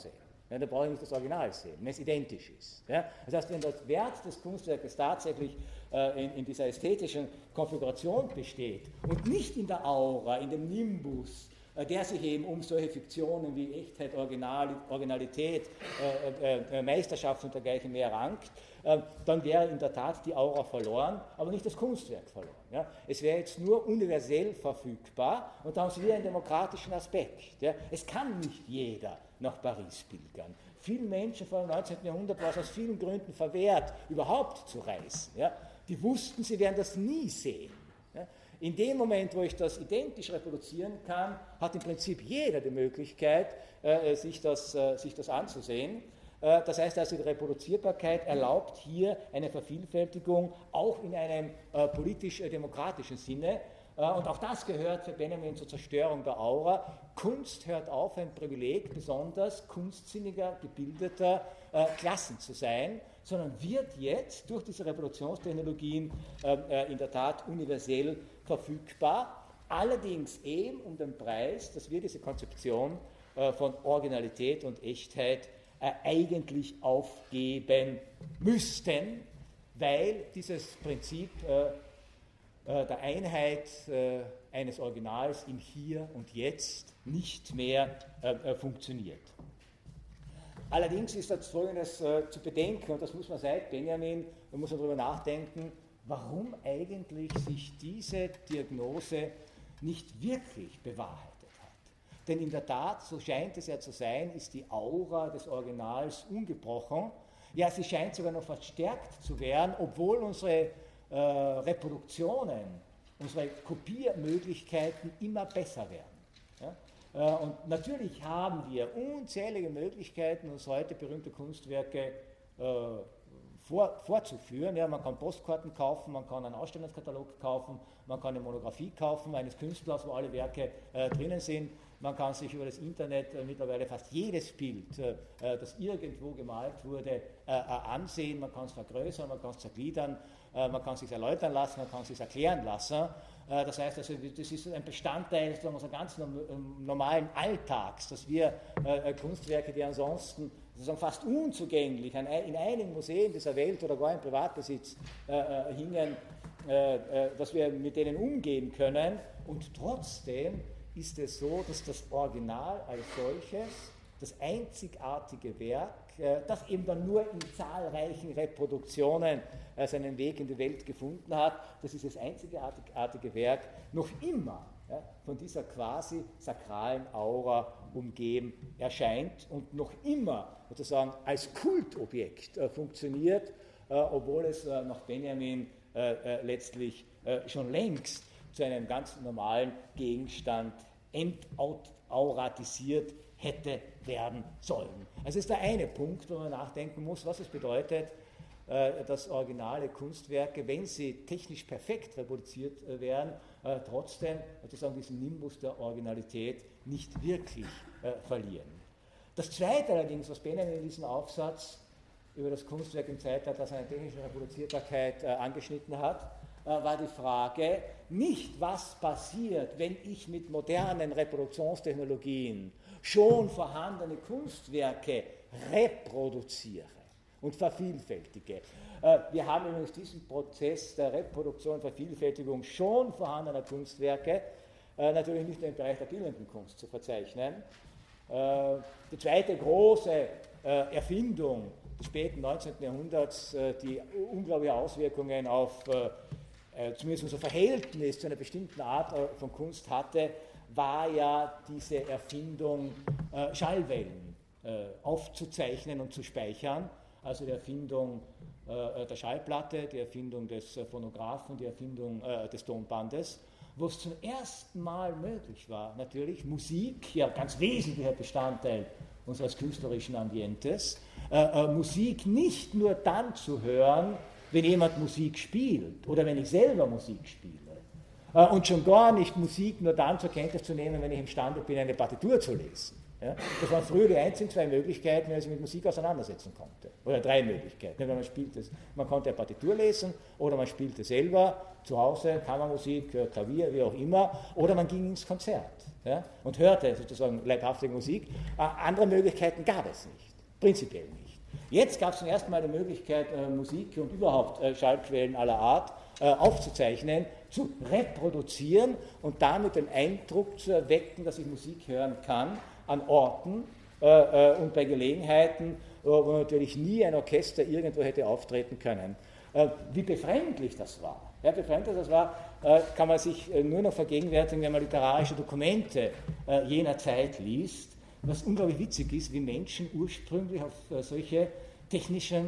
Ja, da brauche ich nicht das Original sehen, wenn es identisch ist. Ja? Das heißt, wenn der Wert des Kunstwerkes tatsächlich äh, in, in dieser ästhetischen Konfiguration besteht und nicht in der Aura, in dem Nimbus, äh, der sich eben um solche Fiktionen wie Echtheit, Original, Originalität, äh, äh, Meisterschaft und dergleichen mehr rankt, äh, dann wäre in der Tat die Aura verloren, aber nicht das Kunstwerk verloren. Ja? Es wäre jetzt nur universell verfügbar und da haben Sie wieder einen demokratischen Aspekt. Ja? Es kann nicht jeder nach Paris pilgern. Vielen Menschen vor dem neunzehnten Jahrhundert war es aus vielen Gründen verwehrt, überhaupt zu reisen. Ja? Die wussten, sie werden das nie sehen. Ja? In dem Moment, wo ich das identisch reproduzieren kann, hat im Prinzip jeder die Möglichkeit, äh, sich, das, äh, sich das anzusehen. Äh, das heißt also, die Reproduzierbarkeit erlaubt hier eine Vervielfältigung, auch in einem äh, politisch-demokratischen Sinne. Und auch das gehört für Benjamin zur Zerstörung der Aura. Kunst hört auf, ein Privileg besonders kunstsinniger, gebildeter äh, Klassen zu sein, sondern wird jetzt durch diese Reproduktionstechnologien äh, in der Tat universell verfügbar. Allerdings eben um den Preis, dass wir diese Konzeption äh, von Originalität und Echtheit äh, eigentlich aufgeben müssten, weil dieses Prinzip äh, der Einheit äh, eines Originals im Hier und Jetzt nicht mehr äh, funktioniert. Allerdings ist das Folgendes äh, zu bedenken, und das muss man seit Benjamin, man muss man darüber nachdenken, warum eigentlich sich diese Diagnose nicht wirklich bewahrheitet hat. Denn in der Tat, so scheint es ja zu sein, ist die Aura des Originals ungebrochen. Ja, sie scheint sogar noch verstärkt zu werden, obwohl unsere Äh, Reproduktionen, unsere Kopiermöglichkeiten immer besser werden. Ja? Äh, und natürlich haben wir unzählige Möglichkeiten, uns heute berühmte Kunstwerke äh, vor, vorzuführen. Ja, man kann Postkarten kaufen, man kann einen Ausstellungskatalog kaufen, man kann eine Monographie kaufen eines Künstlers, wo alle Werke äh, drinnen sind. Man kann sich über das Internet äh, mittlerweile fast jedes Bild, äh, das irgendwo gemalt wurde, äh, ansehen. Man kann es vergrößern, man kann es zergliedern, äh, man kann es sich erläutern lassen, man kann es sich erklären lassen. Äh, das heißt, also, das ist ein Bestandteil unseres ganz normalen Alltags, dass wir äh, Kunstwerke, die ansonsten sozusagen fast unzugänglich in einigen Museen dieser Welt oder gar im Privatbesitz äh, hingen, äh, äh, dass wir mit denen umgehen können. Und trotzdem ist es so, dass das Original als solches, das einzigartige Werk, äh, das eben dann nur in zahlreichen Reproduktionen äh, seinen Weg in die Welt gefunden hat, dass dieses einzigartige Werk noch immer ja, von dieser quasi sakralen Aura umgeben erscheint und noch immer sozusagen als Kultobjekt äh, funktioniert, äh, obwohl es äh, nach Benjamin äh, äh, letztlich äh, schon längst zu einem ganz normalen Gegenstand entauratisiert hätte werden sollen. Also ist der eine Punkt, wo man nachdenken muss, was es bedeutet, dass originale Kunstwerke, wenn sie technisch perfekt reproduziert werden, trotzdem sozusagen diesen Nimbus der Originalität nicht wirklich verlieren. Das Zweite allerdings, was Benjamin in diesem Aufsatz über das Kunstwerk im Zeitalter seiner technischen Reproduzierbarkeit angeschnitten hat, war die Frage, nicht was passiert, wenn ich mit modernen Reproduktionstechnologien schon vorhandene Kunstwerke reproduziere und vervielfältige. Wir haben übrigens diesen Prozess der Reproduktion und Vervielfältigung schon vorhandener Kunstwerke natürlich nicht nur im Bereich der bildenden Kunst zu verzeichnen. Die zweite große Erfindung des späten neunzehnten Jahrhunderts, die unglaubliche Auswirkungen auf zumindest unser Verhältnis zu einer bestimmten Art von Kunst hatte, war ja diese Erfindung, äh, Schallwellen äh, aufzuzeichnen und zu speichern, also die Erfindung äh, der Schallplatte, die Erfindung des äh, Phonographen, die Erfindung äh, des Tonbandes, wo es zum ersten Mal möglich war, natürlich Musik, ja ganz wesentlicher Bestandteil unseres künstlerischen Ambientes, äh, äh, Musik nicht nur dann zu hören, wenn jemand Musik spielt oder wenn ich selber Musik spiele. Und schon gar nicht Musik nur dann zur Kenntnis zu nehmen, wenn ich imstande bin, eine Partitur zu lesen. Ja? Das waren früher die einzigen zwei Möglichkeiten, wenn man sich mit Musik auseinandersetzen konnte. Oder drei Möglichkeiten. Wenn man spielt es, man konnte eine Partitur lesen oder man spielte selber zu Hause, Kammermusik, Klavier, wie auch immer, oder man ging ins Konzert ja? und hörte sozusagen leibhaftige Musik. Andere Möglichkeiten gab es nicht. prinzipiell nicht. Jetzt gab es zum ersten Mal die Möglichkeit, äh, Musik und überhaupt äh, Schallquellen aller Art äh, aufzuzeichnen, zu reproduzieren und damit den Eindruck zu erwecken, dass ich Musik hören kann an Orten äh, äh, und bei Gelegenheiten, wo natürlich nie ein Orchester irgendwo hätte auftreten können. Äh, wie befremdlich das war. Ja, befremdlich das war, äh, kann man sich äh, nur noch vergegenwärtigen, wenn man literarische Dokumente äh, jener Zeit liest, was unglaublich witzig ist, wie Menschen ursprünglich auf äh, solche technischen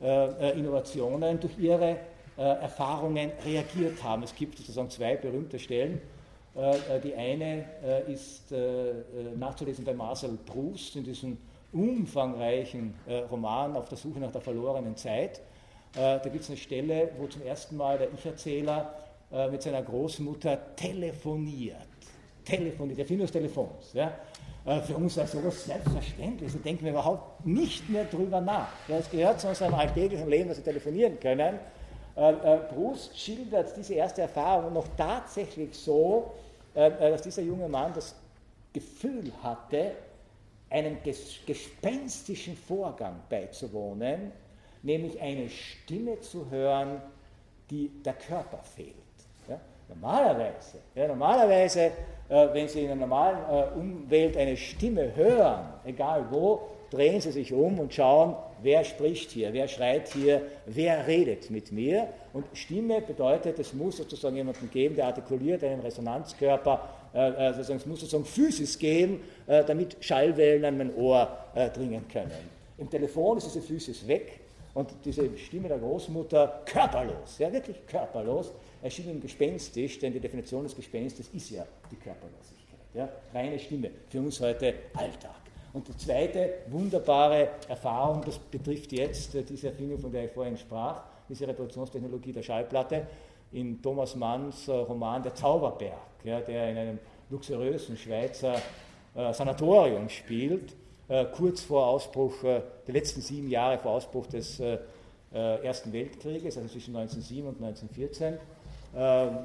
äh, Innovationen durch ihre äh, Erfahrungen reagiert haben. Es gibt sozusagen zwei berühmte Stellen. Äh, die eine äh, ist äh, nachzulesen bei Marcel Proust in diesem umfangreichen äh, Roman Auf der Suche nach der verlorenen Zeit. Äh, da gibt es eine Stelle, wo zum ersten Mal der Ich-Erzähler äh, mit seiner Großmutter telefoniert. Telefoniert, der Erfinder des Telefons. Ja? Äh, für uns ist sowas selbstverständlich, da denken wir überhaupt nicht mehr drüber nach. Ja, es gehört zu unserem alltäglichen Leben, dass wir telefonieren können. Äh, äh, Proust schildert diese erste Erfahrung noch tatsächlich so, äh, dass dieser junge Mann das Gefühl hatte, einem ges- gespenstischen Vorgang beizuwohnen, nämlich eine Stimme zu hören, die der Körper fehlt. Ja? Normalerweise, ja, normalerweise äh, wenn Sie in einer normalen äh, Umwelt eine Stimme hören, egal wo, drehen Sie sich um und schauen, wer spricht hier, wer schreit hier, wer redet mit mir. Und Stimme bedeutet, es muss sozusagen jemanden geben, der artikuliert, einen Resonanzkörper, äh, sozusagen, es muss sozusagen Physis geben, äh, damit Schallwellen an mein Ohr äh, dringen können. Im Telefon ist diese Physis weg und diese Stimme der Großmutter körperlos, ja wirklich körperlos, erschien ihm gespenstisch, denn die Definition des Gespenstes ist ja die Körperlosigkeit. Ja? Reine Stimme, für uns heute Alltag. Und die zweite wunderbare Erfahrung, das betrifft jetzt äh, diese Erfindung, von der ich vorhin sprach, diese Reproduktionstechnologie der Schallplatte, in Thomas Manns äh, Roman Der Zauberberg, ja, der in einem luxuriösen Schweizer äh, Sanatorium spielt, äh, kurz vor Ausbruch, äh, der letzten sieben Jahre vor Ausbruch des äh, äh, Ersten Weltkrieges, also zwischen neunzehnhundertsieben und neunzehnhundertvierzehn, äh, äh,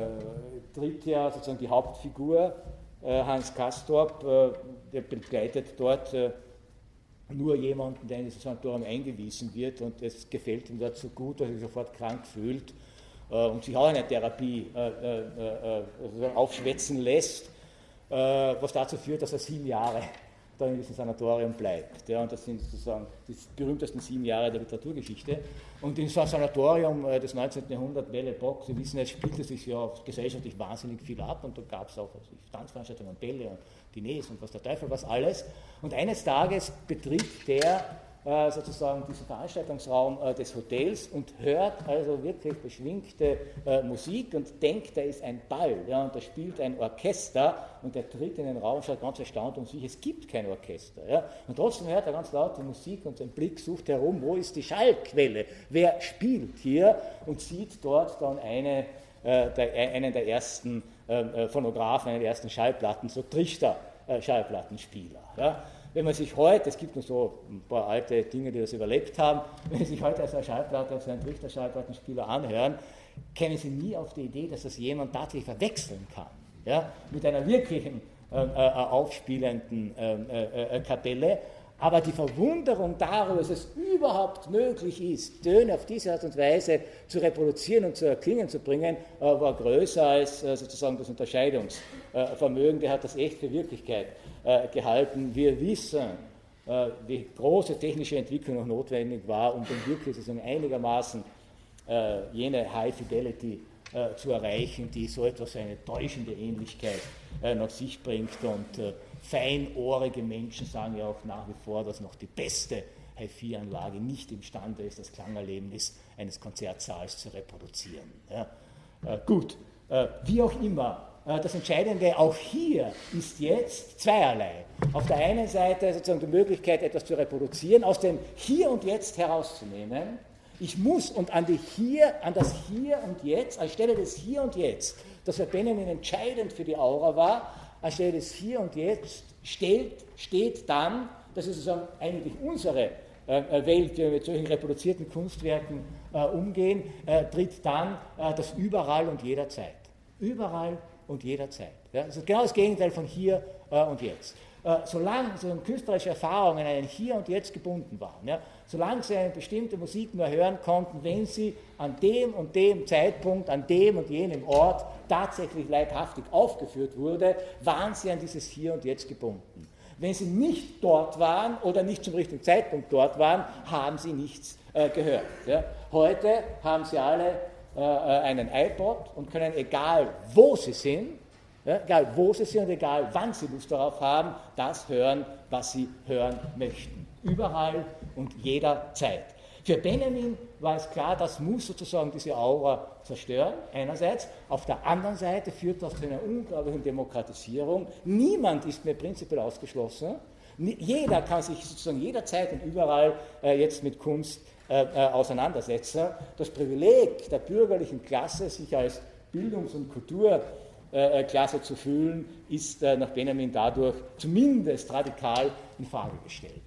tritt ja sozusagen die Hauptfigur, äh, Hans Castorp, äh, der begleitet dort äh, nur jemanden, der in dieses Sanatorium eingewiesen wird und es gefällt ihm dort so gut, dass er sich sofort krank fühlt äh, und sich auch eine Therapie äh, äh, äh, aufschwätzen lässt, äh, was dazu führt, dass er sieben Jahre da in diesem Sanatorium bleibt. Ja, und das sind sozusagen die berühmtesten sieben Jahre der Literaturgeschichte. Und in so einem Sanatorium äh, des neunzehnten Jahrhunderts, Belle Epoque, Sie wissen, es spielte sich ja gesellschaftlich wahnsinnig viel ab und da gab es auch also Tanzveranstaltungen, Bälle und Diners und was der Teufel was alles. Und eines Tages betritt der äh, sozusagen diesen Veranstaltungsraum äh, des Hotels und hört also wirklich beschwingte äh, Musik und denkt, da ist ein Ball, ja, und da spielt ein Orchester und er tritt in den Raum, schaut ganz erstaunt um sich, es gibt kein Orchester. Ja, und trotzdem hört er ganz laut die Musik und sein Blick sucht herum, wo ist die Schallquelle, wer spielt hier und sieht dort dann eine, äh, der, einen der ersten äh, Phonographen, einen der ersten Schallplatten, so Trichter-Schallplattenspieler. Äh, ja. Wenn man sich heute, es gibt noch so ein paar alte Dinge, die das überlebt haben, wenn Sie sich heute als eine Schallplatte auf so einen Trichter-Schallplattenspieler anhören, kämen Sie nie auf die Idee, dass das jemand tatsächlich verwechseln kann, ja, mit einer wirklichen äh, äh, aufspielenden äh, äh, Kapelle. Aber die Verwunderung darüber, dass es überhaupt möglich ist, Töne auf diese Art und Weise zu reproduzieren und zu erklingen zu bringen, äh, war größer als äh, sozusagen das Unterscheidungsvermögen. Der hat das echt für Wirklichkeit äh, gehalten. Wir wissen, äh, wie große technische Entwicklung noch notwendig war, um dann wirklich sozusagen einigermaßen äh, jene High Fidelity äh, zu erreichen, die so etwas eine täuschende Ähnlichkeit äh, nach sich bringt. Und äh, feinohrige Menschen sagen ja auch nach wie vor, dass noch die beste Hi-Fi-Anlage nicht imstande ist, das Klangerlebnis eines Konzertsaals zu reproduzieren. Ja, äh, gut, äh, wie auch immer, äh, das Entscheidende auch hier ist jetzt zweierlei. Auf der einen Seite sozusagen die Möglichkeit, etwas zu reproduzieren, aus dem Hier und Jetzt herauszunehmen. Ich muss und an, die hier, an das Hier und Jetzt, anstelle des Hier und Jetzt, das für Benjamin entscheidend für die Aura war, anstelle des Hier und Jetzt steht, steht dann, das ist sozusagen eigentlich unsere äh, Welt, die wir mit solchen reproduzierten Kunstwerken äh, umgehen, äh, tritt dann äh, das Überall und jederzeit. Überall und jederzeit. Ja? Das ist genau das Gegenteil von hier äh, und Jetzt. Äh, solange so künstlerische Erfahrungen an ein Hier und Jetzt gebunden waren, ja, solange sie eine bestimmte Musik nur hören konnten, wenn sie an dem und dem Zeitpunkt, an dem und jenem Ort tatsächlich leibhaftig aufgeführt wurde, waren sie an dieses Hier und Jetzt gebunden. Wenn sie nicht dort waren oder nicht zum richtigen Zeitpunkt dort waren, haben sie nichts äh, gehört. Ja. Heute haben sie alle äh, einen iPod und können, egal wo sie sind, ja, egal wo sie sind und egal wann sie Lust darauf haben, das hören, was sie hören möchten. Überall und jederzeit. Für Benjamin war es klar, das muss sozusagen diese Aura zerstören, einerseits. Auf der anderen Seite führt das zu einer unglaublichen Demokratisierung. Niemand ist mehr prinzipiell ausgeschlossen. Jeder kann sich sozusagen jederzeit und überall äh, jetzt mit Kunst äh, äh, auseinandersetzen. Das Privileg der bürgerlichen Klasse, sich als Bildungs- und Kulturklasse zu fühlen, ist äh, nach Benjamin dadurch zumindest radikal in Frage gestellt.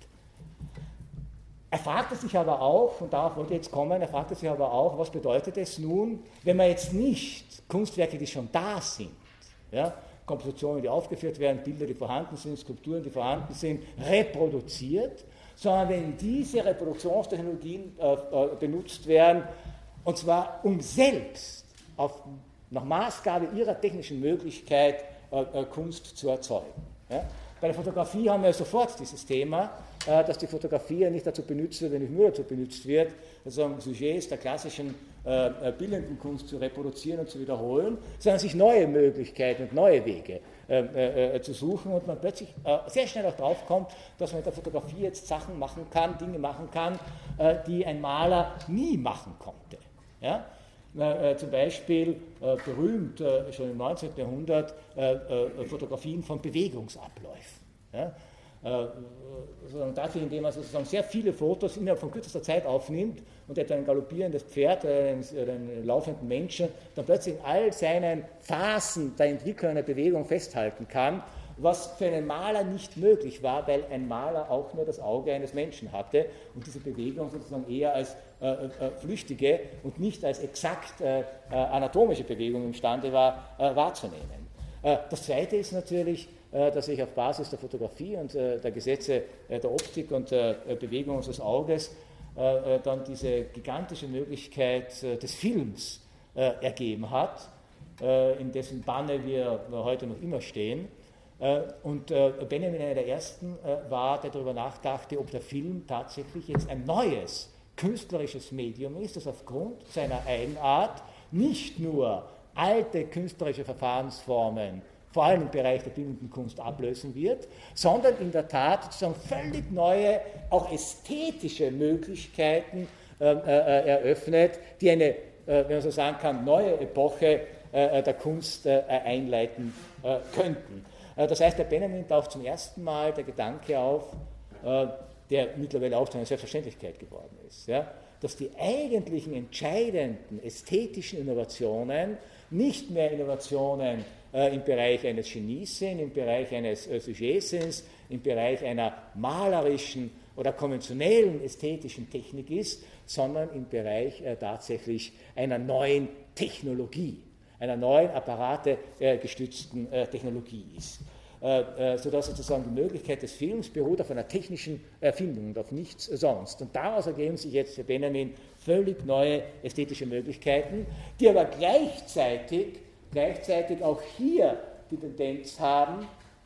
Er fragte sich aber auch, und darauf wollte ich jetzt kommen, er fragte sich aber auch, was bedeutet es nun, wenn man jetzt nicht Kunstwerke, die schon da sind, ja, Kompositionen, die aufgeführt werden, Bilder, die vorhanden sind, Skulpturen, die vorhanden sind, reproduziert, sondern wenn diese Reproduktionstechnologien äh, äh, benutzt werden, und zwar um selbst auf, nach Maßgabe ihrer technischen Möglichkeit äh, äh, Kunst zu erzeugen. Ja. Bei der Fotografie haben wir sofort dieses Thema, dass die Fotografie ja nicht dazu benutzt wird, wenn nicht nur dazu benutzt wird, sozusagen Sujets der klassischen äh, bildenden Kunst zu reproduzieren und zu wiederholen, sondern sich neue Möglichkeiten und neue Wege äh, äh, zu suchen und man plötzlich äh, sehr schnell auch drauf kommt, dass man mit der Fotografie jetzt Sachen machen kann, Dinge machen kann, äh, die ein Maler nie machen konnte. Ja? Äh, zum Beispiel äh, berühmt äh, schon im neunzehnten Jahrhundert äh, äh, Fotografien von Bewegungsabläufen. Ja? Äh, dafür, indem man sozusagen sehr viele Fotos innerhalb von kürzester Zeit aufnimmt und etwa ein galoppierendes Pferd oder einen, einen laufenden Menschen dann plötzlich in all seinen Phasen der Entwicklung einer Bewegung festhalten kann, was für einen Maler nicht möglich war, weil ein Maler auch nur das Auge eines Menschen hatte und diese Bewegung sozusagen eher als äh, äh, flüchtige und nicht als exakt äh, äh, anatomische Bewegung imstande war, äh, wahrzunehmen. Äh, das Zweite ist natürlich, äh, dass ich auf Basis der Fotografie und äh, der Gesetze äh, der Optik und der äh, Bewegung unseres Auges äh, äh, dann diese gigantische Möglichkeit äh, des Films äh, ergeben hat, äh, in dessen Banne wir heute noch immer stehen. Und Benjamin einer der Ersten war, der darüber nachdachte, ob der Film tatsächlich jetzt ein neues künstlerisches Medium ist, das aufgrund seiner Eigenart nicht nur alte künstlerische Verfahrensformen, vor allem im Bereich der bildenden Kunst, ablösen wird, sondern in der Tat sozusagen völlig neue, auch ästhetische Möglichkeiten eröffnet, die eine, wenn man so sagen kann, neue Epoche der Kunst einleiten könnten. Das heißt, bei Benjamin taucht zum ersten Mal der Gedanke auf, der mittlerweile auch zu einer Selbstverständlichkeit geworden ist, ja, dass die eigentlichen entscheidenden ästhetischen Innovationen nicht mehr Innovationen äh, im Bereich eines Genies sind, im Bereich eines äh, Sujets sind, im Bereich einer malerischen oder konventionellen ästhetischen Technik ist, sondern im Bereich äh, tatsächlich einer neuen Technologie, einer neuen apparategestützten äh, Technologie ist. Äh, äh, sodass sozusagen die Möglichkeit des Films beruht auf einer technischen Erfindung und auf nichts sonst. Und daraus ergeben sich jetzt für Benjamin völlig neue ästhetische Möglichkeiten, die aber gleichzeitig, gleichzeitig auch hier die Tendenz haben,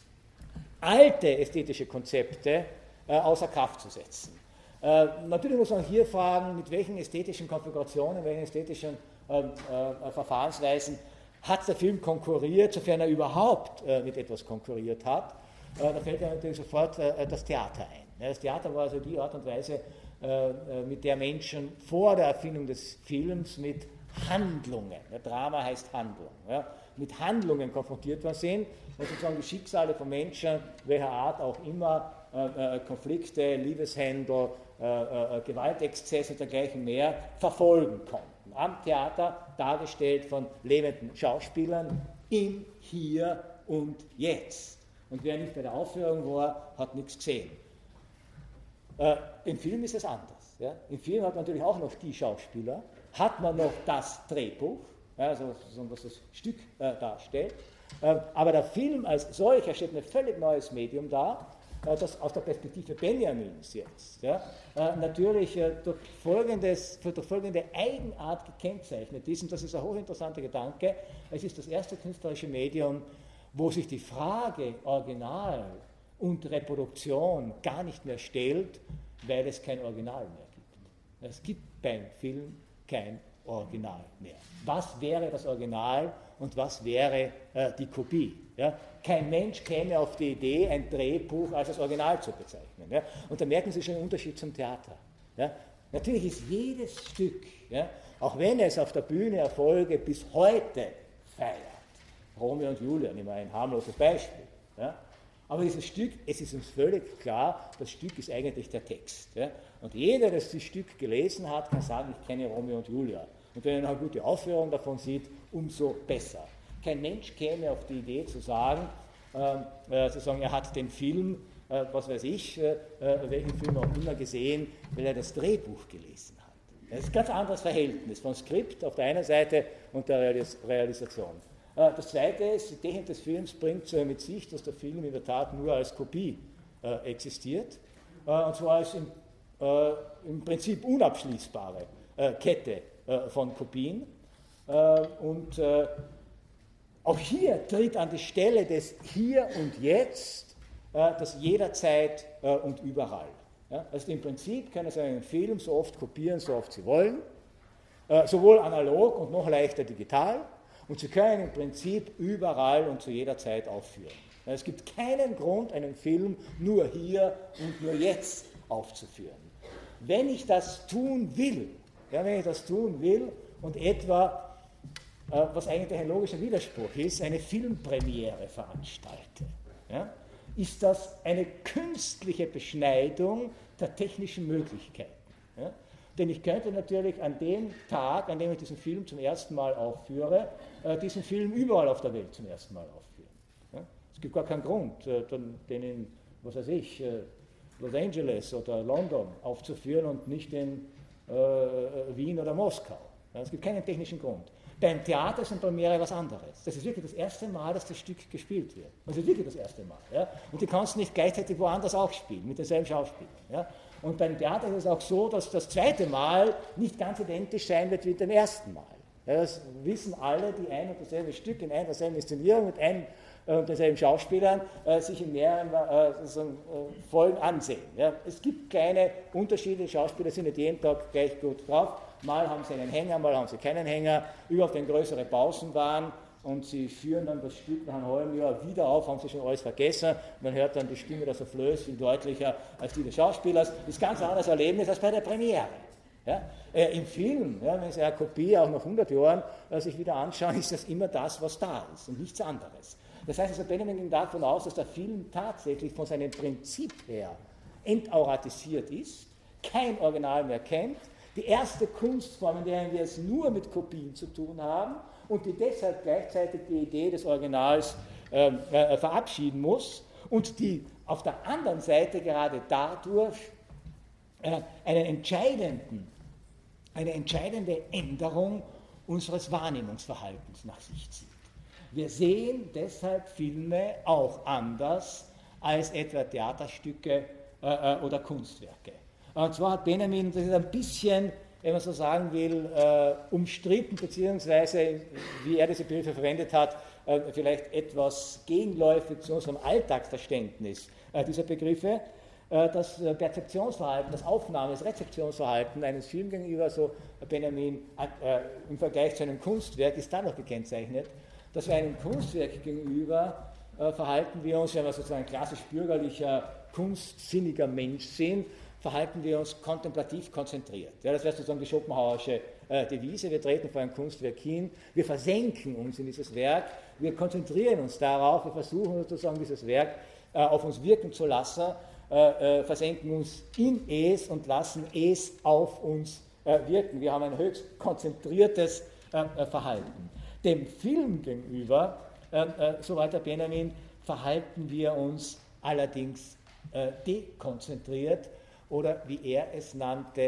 alte ästhetische Konzepte äh, außer Kraft zu setzen. Äh, natürlich muss man hier fragen, mit welchen ästhetischen Konfigurationen, welchen ästhetischen äh, äh, Verfahrensweisen hat der Film konkurriert, sofern er überhaupt äh, mit etwas konkurriert hat. Äh, da fällt ja natürlich sofort äh, das Theater ein. Ja, das Theater war also die Art und Weise, äh, mit der Menschen vor der Erfindung des Films mit Handlungen, ja, Drama heißt Handlung, ja, mit Handlungen konfrontiert worden sind und sozusagen die Schicksale von Menschen, welcher Art auch immer, äh, äh, Konflikte, Liebeshändel, äh, äh, Gewaltexzesse und dergleichen mehr verfolgen konnten. Am Theater dargestellt von lebenden Schauspielern im Hier und Jetzt. Und wer nicht bei der Aufführung war, hat nichts gesehen. Äh, Im Film ist es anders. Ja? Im Film hat man natürlich auch noch die Schauspieler, hat man noch das Drehbuch, ja, also was das Stück äh, darstellt, Aber der Film als solcher stellt ein völlig neues Medium dar, das aus der Perspektive Benjamins jetzt ja, natürlich durch, folgendes, durch folgende Eigenart gekennzeichnet ist, und das ist ein hochinteressanter Gedanke. Es ist das erste künstlerische Medium, wo sich die Frage Original und Reproduktion gar nicht mehr stellt, weil es kein Original mehr gibt. Es gibt beim Film kein Original mehr. Was wäre das Original und was wäre äh, die Kopie? Ja? Kein Mensch käme auf die Idee, ein Drehbuch als das Original zu bezeichnen. Ja? Und da merken Sie schon den Unterschied zum Theater. Ja? Natürlich ist jedes Stück, ja, auch wenn es auf der Bühne Erfolge bis heute feiert, Romeo und Julia, nehmen wir ein harmloses Beispiel, ja? Aber dieses Stück, es ist uns völlig klar, das Stück ist eigentlich der Text. Ja? Und jeder, der das Stück gelesen hat, kann sagen, ich kenne Romeo und Julia. Und wenn er noch eine gute Aufführung davon sieht, umso besser. Kein Mensch käme auf die Idee zu sagen, äh, zu sagen er hat den Film, äh, was weiß ich, äh, welchen Film auch immer gesehen, weil er das Drehbuch gelesen hat. Das ist ein ganz anderes Verhältnis von Skript auf der einen Seite und der Realis- Realisation. Das Zweite ist, die Technik des Films bringt mit sich, dass der Film in der Tat nur als Kopie äh, existiert, äh, und zwar als im, äh, im Prinzip unabschließbare äh, Kette äh, von Kopien. Äh, und äh, auch hier tritt an die Stelle des Hier und Jetzt äh, das jederzeit äh, und überall. Ja? Also im Prinzip können Sie einen Film so oft kopieren, so oft Sie wollen, äh, sowohl analog und noch leichter digital. Und Sie können im Prinzip überall und zu jeder Zeit aufführen. Es gibt keinen Grund, einen Film nur hier und nur jetzt aufzuführen. Wenn ich das tun will, ja, wenn ich das tun will und etwa, äh, was eigentlich ein logischer Widerspruch ist, eine Filmpremiere veranstalte, ja, ist das eine künstliche Beschneidung der technischen Möglichkeiten. Ja? Denn ich könnte natürlich an dem Tag, an dem ich diesen Film zum ersten Mal aufführe, äh, diesen Film überall auf der Welt zum ersten Mal aufführen. Ja? Es gibt gar keinen Grund, äh, den in, was weiß ich, äh, Los Angeles oder London aufzuführen und nicht in äh, Wien oder Moskau. Ja? Es gibt keinen technischen Grund. Beim Theater ist eine Premiere was anderes. Das ist wirklich das erste Mal, dass das Stück gespielt wird. Das ist wirklich das erste Mal. Ja? Und du kannst nicht gleichzeitig woanders auch spielen, mit denselben Schauspielern. Ja? Und beim Theater ist es auch so, dass das zweite Mal nicht ganz identisch sein wird wie beim ersten Mal. Ja, das wissen alle, die ein und dasselbe Stück in einer und derselben Inszenierung mit ein und denselben Schauspielern äh, sich in mehreren äh, äh, Folgen ansehen. Ja. Es gibt keine Unterschiede, die Schauspieler sind nicht jeden Tag gleich gut drauf. Mal haben sie einen Hänger, mal haben sie keinen Hänger. Überhaupt wenn größere Pausen waren und sie führen dann das Stück nach einem halben Jahr wieder auf, haben sie schon alles vergessen. Man hört dann die Stimme der Soufflöse viel deutlicher als die des Schauspielers. Das ist ein ganz anderes Erlebnis als bei der Premiere. Ja? Äh, Im Film, ja, wenn Sie eine Kopie auch nach hundert Jahren äh, sich wieder anschauen, ist das immer das, was da ist und nichts anderes. Das heißt, also Benjamin ging davon aus, dass der Film tatsächlich von seinem Prinzip her entauratisiert ist, kein Original mehr kennt, die erste Kunstform, in der wir es nur mit Kopien zu tun haben und die deshalb gleichzeitig die Idee des Originals äh, äh, verabschieden muss und die auf der anderen Seite gerade dadurch äh, einen entscheidenden, eine entscheidende Änderung unseres Wahrnehmungsverhaltens nach sich zieht. Wir sehen deshalb Filme auch anders als etwa Theaterstücke äh, oder Kunstwerke. Und zwar hat Benjamin, das ist ein bisschen, wenn man so sagen will, äh, umstritten, beziehungsweise, wie er diese Begriffe verwendet hat, äh, vielleicht etwas gegenläufig zu unserem Alltagsverständnis äh, dieser Begriffe. Äh, das äh, Perzeptionsverhalten, das Aufnahme-, das Rezeptionsverhalten eines Films gegenüber, so Benjamin, äh, im Vergleich zu einem Kunstwerk, ist dann noch gekennzeichnet, dass wir einem Kunstwerk gegenüber äh, verhalten wir uns, wenn wir sozusagen klassisch bürgerlicher, kunstsinniger Mensch sind, verhalten wir uns kontemplativ konzentriert. Ja, das wäre sozusagen die Schopenhauerische äh, Devise. Wir treten vor ein Kunstwerk hin, wir versenken uns in dieses Werk, wir konzentrieren uns darauf, wir versuchen sozusagen dieses Werk äh, auf uns wirken zu lassen, äh, äh, versenken uns in es und lassen es auf uns äh, wirken. Wir haben ein höchst konzentriertes äh, Verhalten. Dem Film gegenüber, äh, äh, so weiter Benjamin, verhalten wir uns allerdings äh, dekonzentriert, oder wie er es nannte,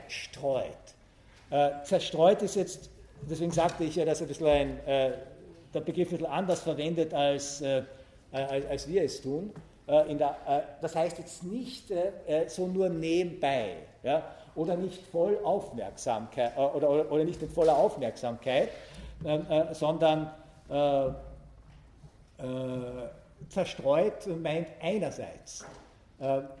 zerstreut. Äh, zerstreut ist jetzt, deswegen sagte ich ja, dass ein bisschen ein äh, der Begriff ein bisschen anders verwendet, als, äh, als, als wir es tun. Äh, in der, äh, das heißt jetzt nicht äh, so nur nebenbei, ja, oder nicht voll Aufmerksamkeit, äh, oder, oder, oder nicht mit voller Aufmerksamkeit, äh, äh, sondern äh, äh, zerstreut meint einerseits äh, äh,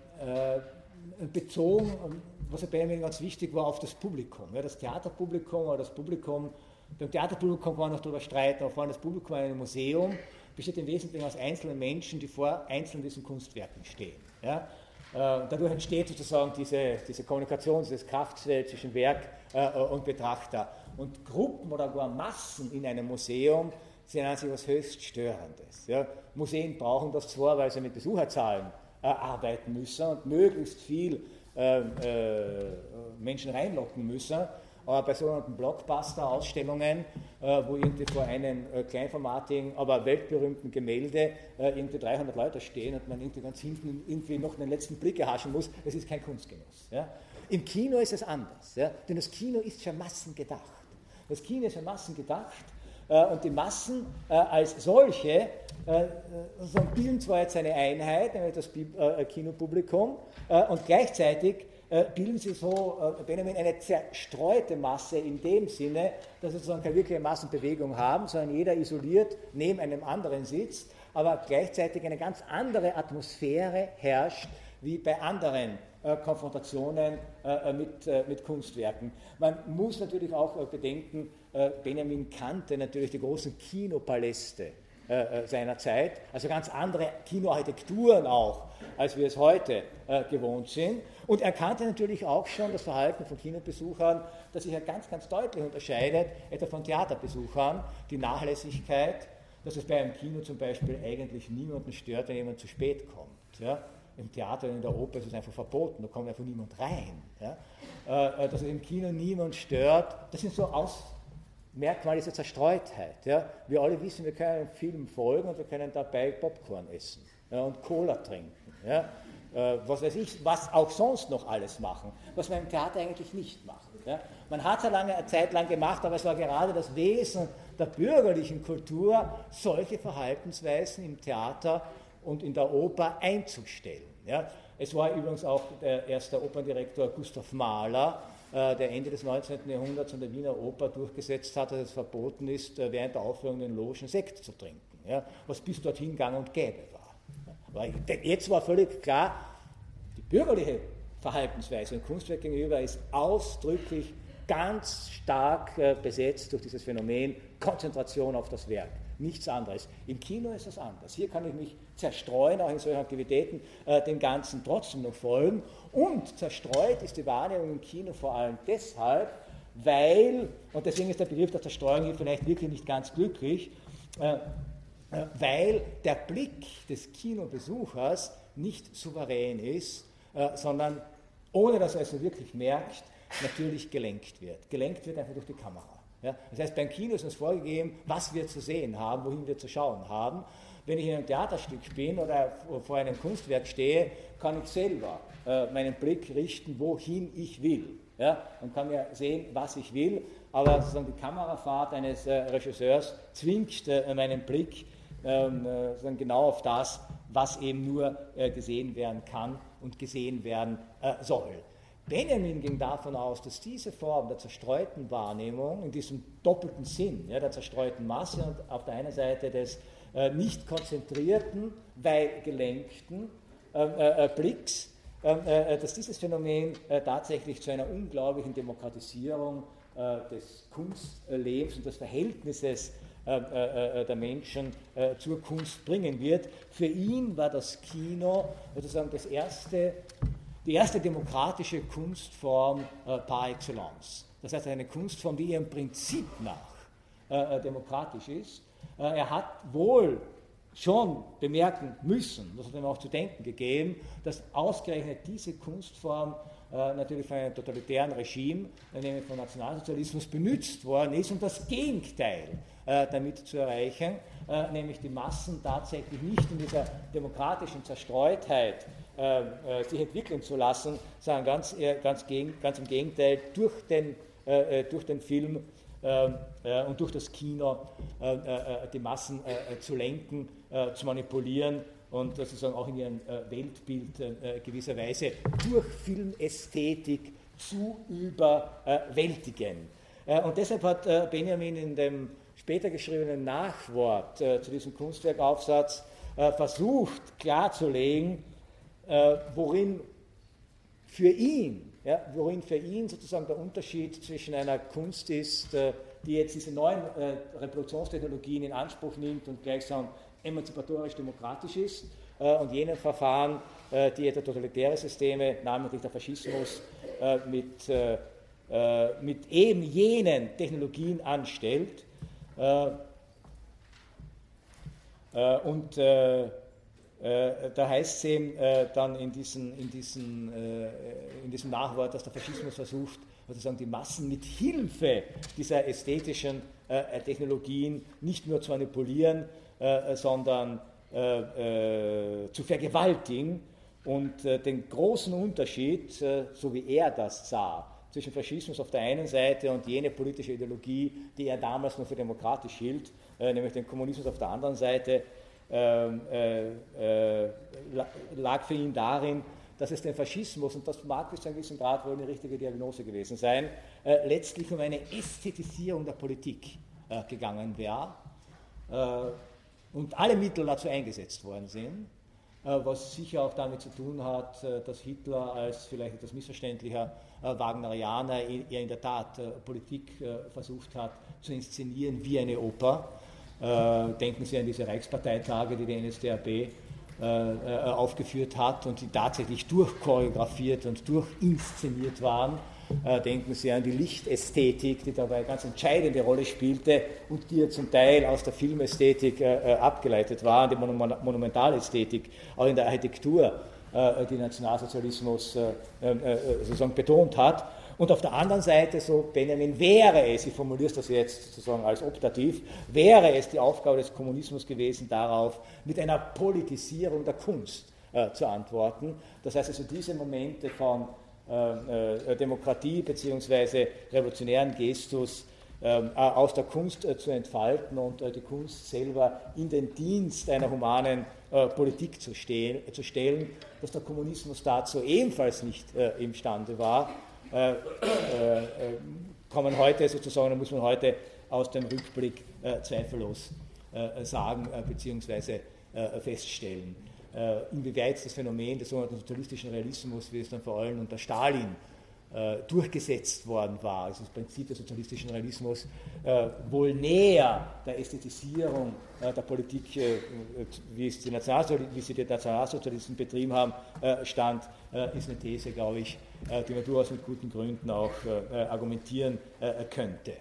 bezogen, was bei mir ganz wichtig war, auf das Publikum. Ja, das Theaterpublikum oder das Publikum, beim Theaterpublikum kann man noch darüber streiten, aber vor allem das Publikum in einem Museum besteht im Wesentlichen aus einzelnen Menschen, die vor einzelnen diesen Kunstwerken stehen. Ja? Äh, dadurch entsteht sozusagen diese, diese Kommunikation, dieses Kraftfeld zwischen Werk äh, und Betrachter. Und Gruppen oder gar Massen in einem Museum sind an sich was höchst Störendes. Ja? Museen brauchen das zwar, weil sie mit Besucherzahlen äh, arbeiten müssen und möglichst viel äh, äh, Menschen reinlocken müssen, aber bei sogenannten Blockbuster-Ausstellungen, äh, wo irgendwie vor einem äh, kleinformatigen, aber weltberühmten Gemälde äh, irgendwie dreihundert Leute stehen und man irgendwie ganz hinten irgendwie noch den letzten Blick erhaschen muss, das ist kein Kunstgenuss. Ja? Im Kino ist es anders, ja? Denn das Kino ist für Massen gedacht. Das Kino ist für Massen gedacht äh, und die Massen äh, als solche äh, bilden zwar jetzt eine Einheit, nämlich das äh, Kinopublikum, äh, und gleichzeitig bilden sie so, äh, Benjamin, eine zerstreute Masse in dem Sinne, dass sie sozusagen keine wirkliche Massenbewegung haben, sondern jeder isoliert neben einem anderen sitzt, aber gleichzeitig eine ganz andere Atmosphäre herrscht, wie bei anderen äh, Konfrontationen äh, mit, äh, mit Kunstwerken. Man muss natürlich auch äh, bedenken, äh, Benjamin kannte natürlich die großen Kinopaläste äh, seiner Zeit, also ganz andere Kinoarchitekturen auch, als wir es heute äh, gewohnt sind. Und er kannte natürlich auch schon das Verhalten von Kinobesuchern, das sich ja ganz, ganz deutlich unterscheidet, etwa von Theaterbesuchern, die Nachlässigkeit, dass es bei einem Kino zum Beispiel eigentlich niemanden stört, wenn jemand zu spät kommt. Ja? Im Theater und in der Oper ist es einfach verboten, da kommt einfach niemand rein. Ja? Äh, dass es im Kino niemand stört, das sind so Ausmerkmale dieser Zerstreutheit. Ja? Wir alle wissen, wir können einem Film folgen und wir können dabei Popcorn essen, ja, und Cola trinken. Ja? Äh, was weiß ich, was auch sonst noch alles machen, was man im Theater eigentlich nicht macht. Ja? Man hat es eine lange Zeit lang gemacht, aber es war gerade das Wesen der bürgerlichen Kultur, solche Verhaltensweisen im Theater und in der Oper einzustellen. Ja? Es war übrigens auch der erste Operndirektor Gustav Mahler, äh, der Ende des neunzehnten Jahrhunderts an der Wiener Oper durchgesetzt hat, dass es verboten ist, äh, während der Aufführung in den Logen Sekt zu trinken, ja? Was bis dorthin gang und gäbe war. Aber jetzt war völlig klar, die bürgerliche Verhaltensweise im Kunstwerk gegenüber ist ausdrücklich ganz stark äh, besetzt durch dieses Phänomen Konzentration auf das Werk. Nichts anderes. Im Kino ist das anders. Hier kann ich mich zerstreuen, auch in solchen Aktivitäten, äh, dem Ganzen trotzdem noch folgen. Und zerstreut ist die Wahrnehmung im Kino vor allem deshalb, weil, und deswegen ist der Begriff der Zerstreuung hier vielleicht wirklich nicht ganz glücklich, äh, weil der Blick des Kinobesuchers nicht souverän ist, äh, sondern, ohne dass er es so wirklich merkt, natürlich gelenkt wird. Gelenkt wird einfach durch die Kamera. Ja? Das heißt, beim Kino ist uns vorgegeben, was wir zu sehen haben, wohin wir zu schauen haben. Wenn ich in einem Theaterstück bin oder vor einem Kunstwerk stehe, kann ich selber äh, meinen Blick richten, wohin ich will. Ja? Und kann mir sehen, was ich will. Aber sozusagen die Kamerafahrt eines äh, Regisseurs zwingt äh, meinen Blick Ähm, äh, genau auf das, was eben nur äh, gesehen werden kann und gesehen werden äh, soll. Benjamin ging davon aus, dass diese Form der zerstreuten Wahrnehmung in diesem doppelten Sinn, ja, der zerstreuten Masse und auf der einen Seite des äh, nicht konzentrierten, weil gelenkten äh, äh, Blicks, äh, äh, dass dieses Phänomen äh, tatsächlich zu einer unglaublichen Demokratisierung äh, des Kunstlebens und des Verhältnisses Äh, äh, der Menschen äh, zur Kunst bringen wird. Für ihn war das Kino sozusagen das erste, die erste demokratische Kunstform äh, par excellence. Das heißt, eine Kunstform, die ihrem Prinzip nach äh, demokratisch ist. Äh, er hat wohl schon bemerken müssen, das hat ihm auch zu denken gegeben, dass ausgerechnet diese Kunstform äh, natürlich von einem totalitären Regime, nämlich vom Nationalsozialismus, benutzt worden ist, um das Gegenteil äh, damit zu erreichen, äh, nämlich die Massen tatsächlich nicht in dieser demokratischen Zerstreutheit äh, äh, sich entwickeln zu lassen, sondern ganz, äh, ganz, gegen, ganz im Gegenteil durch den, äh, durch den Film äh, äh, und durch das Kino äh, äh, die Massen äh, zu lenken, äh, zu manipulieren und sozusagen auch in ihrem äh, Weltbild äh, gewisserweise durch Filmästhetik zu überwältigen. Äh, und deshalb hat äh, Benjamin in dem später geschriebenen Nachwort äh, zu diesem Kunstwerkaufsatz äh, versucht klarzulegen, äh, worin für ihn, ja, worin für ihn sozusagen der Unterschied zwischen einer Kunst ist, äh, die jetzt diese neuen äh, Reproduktionstechnologien in Anspruch nimmt und gleichsam emanzipatorisch-demokratisch ist, äh, und jenen Verfahren, äh, die etwa totalitäre Systeme, namentlich der Faschismus, äh, mit, äh, äh, mit eben jenen Technologien anstellt. Äh, äh, und äh, äh, da heißt es eben äh, dann in, diesen, in, diesen, äh, in diesem Nachwort, dass der Faschismus versucht, sozusagen die Massen mit Hilfe dieser ästhetischen äh, Technologien nicht nur zu manipulieren, äh, sondern äh, äh, zu vergewaltigen. Und äh, den großen Unterschied, äh, so wie er das sah, zwischen Faschismus auf der einen Seite und jene politische Ideologie, die er damals nur für demokratisch hielt, äh, nämlich den Kommunismus auf der anderen Seite, äh, äh, lag für ihn darin, dass es den Faschismus, und das mag bis zu einem gewissen Grad wohl eine richtige Diagnose gewesen sein, äh, letztlich um eine Ästhetisierung der Politik äh, gegangen wäre äh, und alle Mittel dazu eingesetzt worden sind, äh, was sicher auch damit zu tun hat, äh, dass Hitler als vielleicht etwas missverständlicher äh, Wagnerianer eher in der Tat äh, Politik äh, versucht hat zu inszenieren wie eine Oper. Äh, denken Sie an diese Reichsparteitage, die die N S D A P Äh, aufgeführt hat und die tatsächlich durchchoreografiert und durchinszeniert waren. Äh, denken Sie an die Lichtästhetik, die dabei eine ganz entscheidende Rolle spielte und die ja zum Teil aus der Filmästhetik äh, abgeleitet war, die Mon Monumentalästhetik, auch in der Architektur, äh, die Nationalsozialismus äh, äh, sozusagen betont hat. Und auf der anderen Seite, so Benjamin, wäre es, ich formuliere das jetzt sozusagen als Optativ, wäre es die Aufgabe des Kommunismus gewesen, darauf mit einer Politisierung der Kunst äh, zu antworten. Das heißt also, diese Momente von äh, äh, Demokratie bzw. revolutionären Gestus äh, aus der Kunst äh, zu entfalten und äh, die Kunst selber in den Dienst einer humanen äh, Politik zu, stehen, äh, zu stellen, dass der Kommunismus dazu ebenfalls nicht äh, imstande war. Äh, äh, kommen heute sozusagen, da muss man heute aus dem Rückblick äh, zweifellos äh, sagen äh, bzw. Äh, feststellen. Äh, inwieweit das Phänomen des sogenannten sozialistischen Realismus, wie es dann vor allem unter Stalin äh, durchgesetzt worden war, also das Prinzip des sozialistischen Realismus, äh, wohl näher der Ästhetisierung äh, der Politik, äh, wie, es die wie sie die Nationalsozialisten betrieben haben, äh, stand, äh, ist eine These, glaube ich, äh, die man durchaus mit guten Gründen auch äh, argumentieren äh, könnte.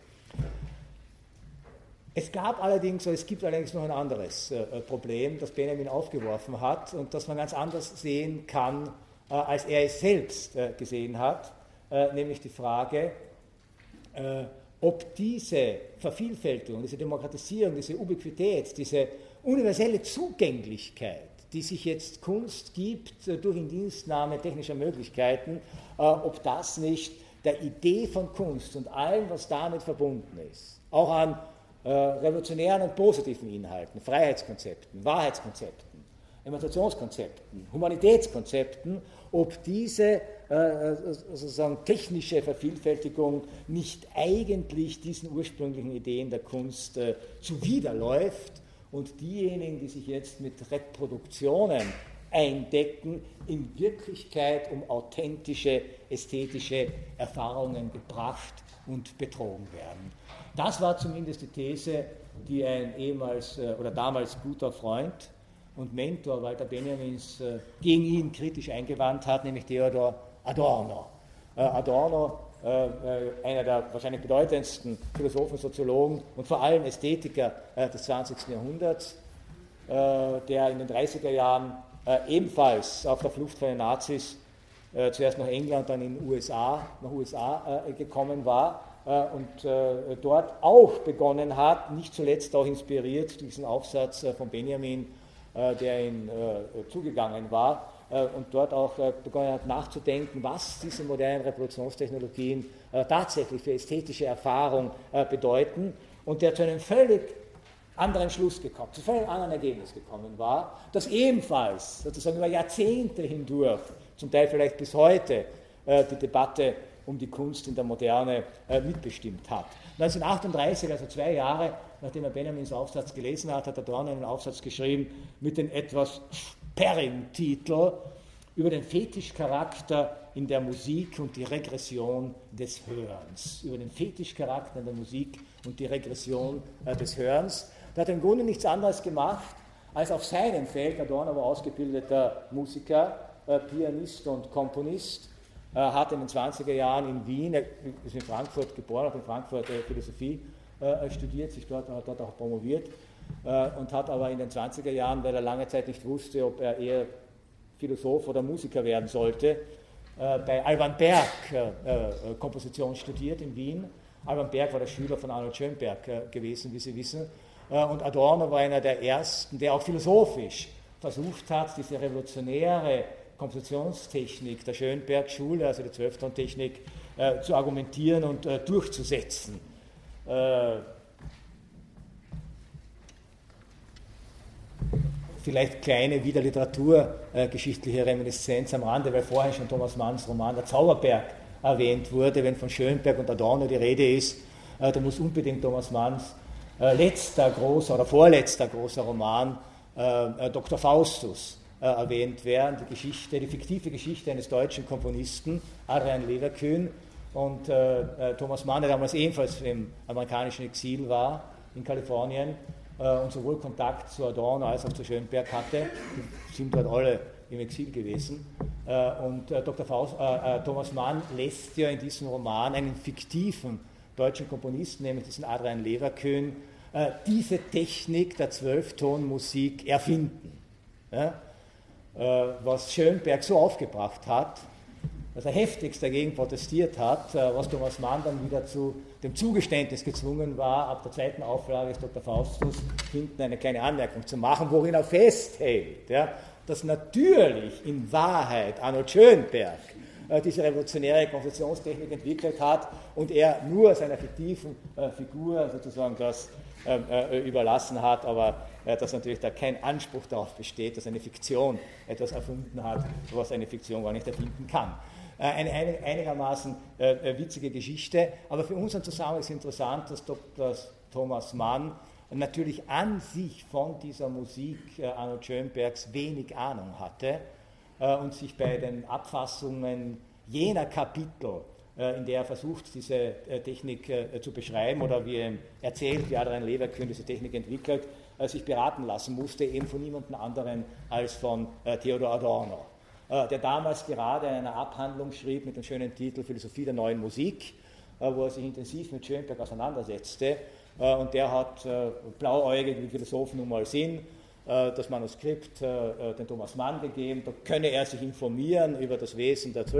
Es gab allerdings, oder es gibt allerdings noch ein anderes äh, Problem, das Benjamin aufgeworfen hat und das man ganz anders sehen kann, äh, als er es selbst äh, gesehen hat, äh, nämlich die Frage, äh, ob diese Vervielfältigung, diese Demokratisierung, diese Ubiquität, diese universelle Zugänglichkeit, die sich jetzt Kunst gibt äh, durch Indienstnahme technischer Möglichkeiten, äh, ob das nicht der Idee von Kunst und allem, was damit verbunden ist, auch an äh, revolutionären und positiven Inhalten, Freiheitskonzepten, Wahrheitskonzepten, Emanzipationskonzepten, Humanitätskonzepten, ob diese äh, sozusagen technische Vervielfältigung nicht eigentlich diesen ursprünglichen Ideen der Kunst äh, zuwiderläuft und diejenigen, die sich jetzt mit Reproduktionen eindecken, in Wirklichkeit um authentische ästhetische Erfahrungen gebracht und betrogen werden. Das war zumindest die These, die ein ehemals äh, oder damals guter Freund und Mentor Walter Benjamins äh, gegen ihn kritisch eingewandt hat, nämlich Theodor Adorno. Äh, Adorno, äh, einer der wahrscheinlich bedeutendsten Philosophen, Soziologen und vor allem Ästhetiker äh, des zwanzigsten Jahrhunderts, äh, der in den dreißiger Jahren äh, ebenfalls auf der Flucht vor den Nazis äh, zuerst nach England, dann in U S A, nach U S A äh, gekommen war äh, und äh, dort auch begonnen hat, nicht zuletzt auch inspiriert durch diesen Aufsatz äh, von Benjamin, der ihn äh, zugegangen war, äh, und dort auch äh, begonnen hat nachzudenken, was diese modernen Reproduktionstechnologien äh, tatsächlich für ästhetische Erfahrung äh, bedeuten, und der zu einem völlig anderen Schluss gekommen, zu völlig anderen Ergebnis gekommen war, das ebenfalls sozusagen über Jahrzehnte hindurch, zum Teil vielleicht bis heute, äh, die Debatte um die Kunst in der Moderne äh, mitbestimmt hat. neunzehnhundertachtunddreißig, also zwei Jahre nachdem er Benjamins Aufsatz gelesen hat, hat Adorno einen Aufsatz geschrieben mit dem etwas sperrigen Titel über den Fetischcharakter in der Musik und die Regression des Hörens. Über den Fetischcharakter in der Musik und die Regression äh, des Hörens. Da hat er im Grunde nichts anderes gemacht, als auf seinem Feld, Adorno war ausgebildeter Musiker, äh, Pianist und Komponist, äh, hat in den zwanziger Jahren in Wien, er ist in Frankfurt geboren, hat in Frankfurt äh, Philosophie äh, studiert, sich dort, hat dort auch promoviert äh, und hat aber in den zwanziger Jahren, weil er lange Zeit nicht wusste, ob er eher Philosoph oder Musiker werden sollte, äh, bei Alban Berg äh, äh, Komposition studiert in Wien. Alban Berg war der Schüler von Arnold Schönberg äh, gewesen, wie Sie wissen. Äh, und Adorno war einer der ersten, der auch philosophisch versucht hat, diese revolutionäre Kompositionstechnik der Schönberg-Schule, also die Zwölftontechnik, äh, zu argumentieren und äh, durchzusetzen. Äh, Vielleicht kleine wieder literaturgeschichtliche Reminiszenz am Rande, weil vorhin schon Thomas Manns Roman Der Zauberberg erwähnt wurde. Wenn von Schönberg und Adorno die Rede ist, äh, da muss unbedingt Thomas Manns äh, letzter großer oder vorletzter großer Roman äh, Doktor Faustus äh, erwähnt werden. Die Geschichte, die fiktive Geschichte eines deutschen Komponisten, Adrian Leverkühn, und äh, Thomas Mann, der damals ebenfalls im amerikanischen Exil war, in Kalifornien, und sowohl Kontakt zu Adorno als auch zu Schönberg hatte. Die sind dort alle im Exil gewesen. Und Doktor Faust, äh, Thomas Mann lässt ja in diesem Roman einen fiktiven deutschen Komponisten, nämlich diesen Adrian Leverkühn, äh, diese Technik der Zwölftonmusik erfinden. Ja? Äh, was Schönberg so aufgebracht hat, dass er heftigst dagegen protestiert hat, was Thomas Mann dann wieder zu dem Zugeständnis gezwungen war, ab der zweiten Auflage des Doktor Faustus hinten eine kleine Anmerkung zu machen, worin er festhält, ja, dass natürlich in Wahrheit Arnold Schönberg äh, diese revolutionäre Kompositionstechnik entwickelt hat und er nur seiner fiktiven äh, Figur sozusagen das äh, äh, überlassen hat, aber äh, dass natürlich da kein Anspruch darauf besteht, dass eine Fiktion etwas erfunden hat, was eine Fiktion gar nicht erfinden kann. Eine einigermaßen äh, witzige Geschichte, aber für unseren Zusammenhang ist interessant, dass Doktor Thomas Mann natürlich an sich von dieser Musik äh, Arnold Schönbergs wenig Ahnung hatte äh, und sich bei den Abfassungen jener Kapitel, äh, in der er versucht, diese äh, Technik äh, zu beschreiben oder wie er erzählt, wie Adrian Leverkühn diese Technik entwickelt, äh, sich beraten lassen musste, eben von niemandem anderen als von äh, Theodor Adorno, der damals gerade eine Abhandlung schrieb mit dem schönen Titel Philosophie der neuen Musik, wo er sich intensiv mit Schönberg auseinandersetzte. Und der hat, blauäugig wie Philosophen nun mal sind, das Manuskript den Thomas Mann gegeben. Da könne er sich informieren über das Wesen der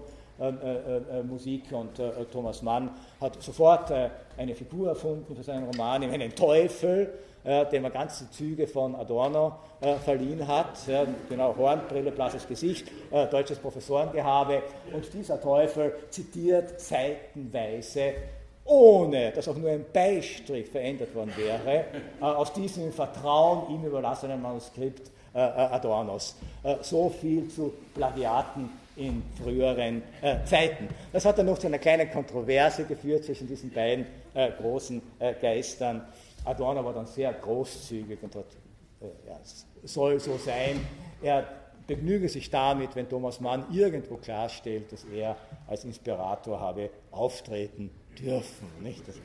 Zwölftonmusik. Und Thomas Mann hat sofort eine Figur erfunden für seinen Roman, einen Teufel, Äh, dem er ganze Züge von Adorno äh, verliehen hat, ja, genau, Hornbrille, blasses Gesicht, äh, deutsches Professorengehabe, und dieser Teufel zitiert seitenweise, ohne dass auch nur ein Beistrich verändert worden wäre, äh, aus diesem im Vertrauen ihm überlassenen Manuskript äh, Adornos. Äh, so viel zu Plagiaten in früheren äh, Zeiten. Das hat dann noch zu einer kleinen Kontroverse geführt zwischen diesen beiden äh, großen äh, Geistern. Adorno war dann sehr großzügig und hat, äh, ja, es soll so sein. Er begnüge sich damit, wenn Thomas Mann irgendwo klarstellt, dass er als Inspirator habe auftreten dürfen. Nicht? Das,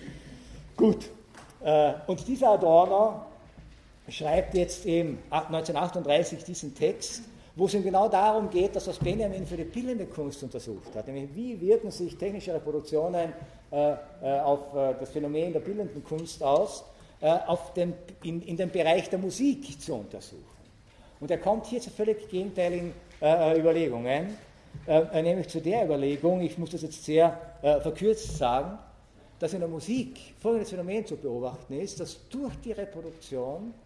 gut, äh, und dieser Adorno schreibt jetzt eben neunzehnhundertachtunddreißig diesen Text, wo es ihm genau darum geht, dass was Benjamin für die bildende Kunst untersucht hat, nämlich wie wirken sich technische Reproduktionen äh, äh, auf äh, das Phänomen der bildenden Kunst aus, äh, auf den, in, in den Bereich der Musik zu untersuchen. Und er kommt hier zu völlig gegenteiligen äh, Überlegungen, äh, nämlich zu der Überlegung, ich muss das jetzt sehr äh, verkürzt sagen, dass in der Musik folgendes Phänomen zu beobachten ist, dass durch die Reproduktion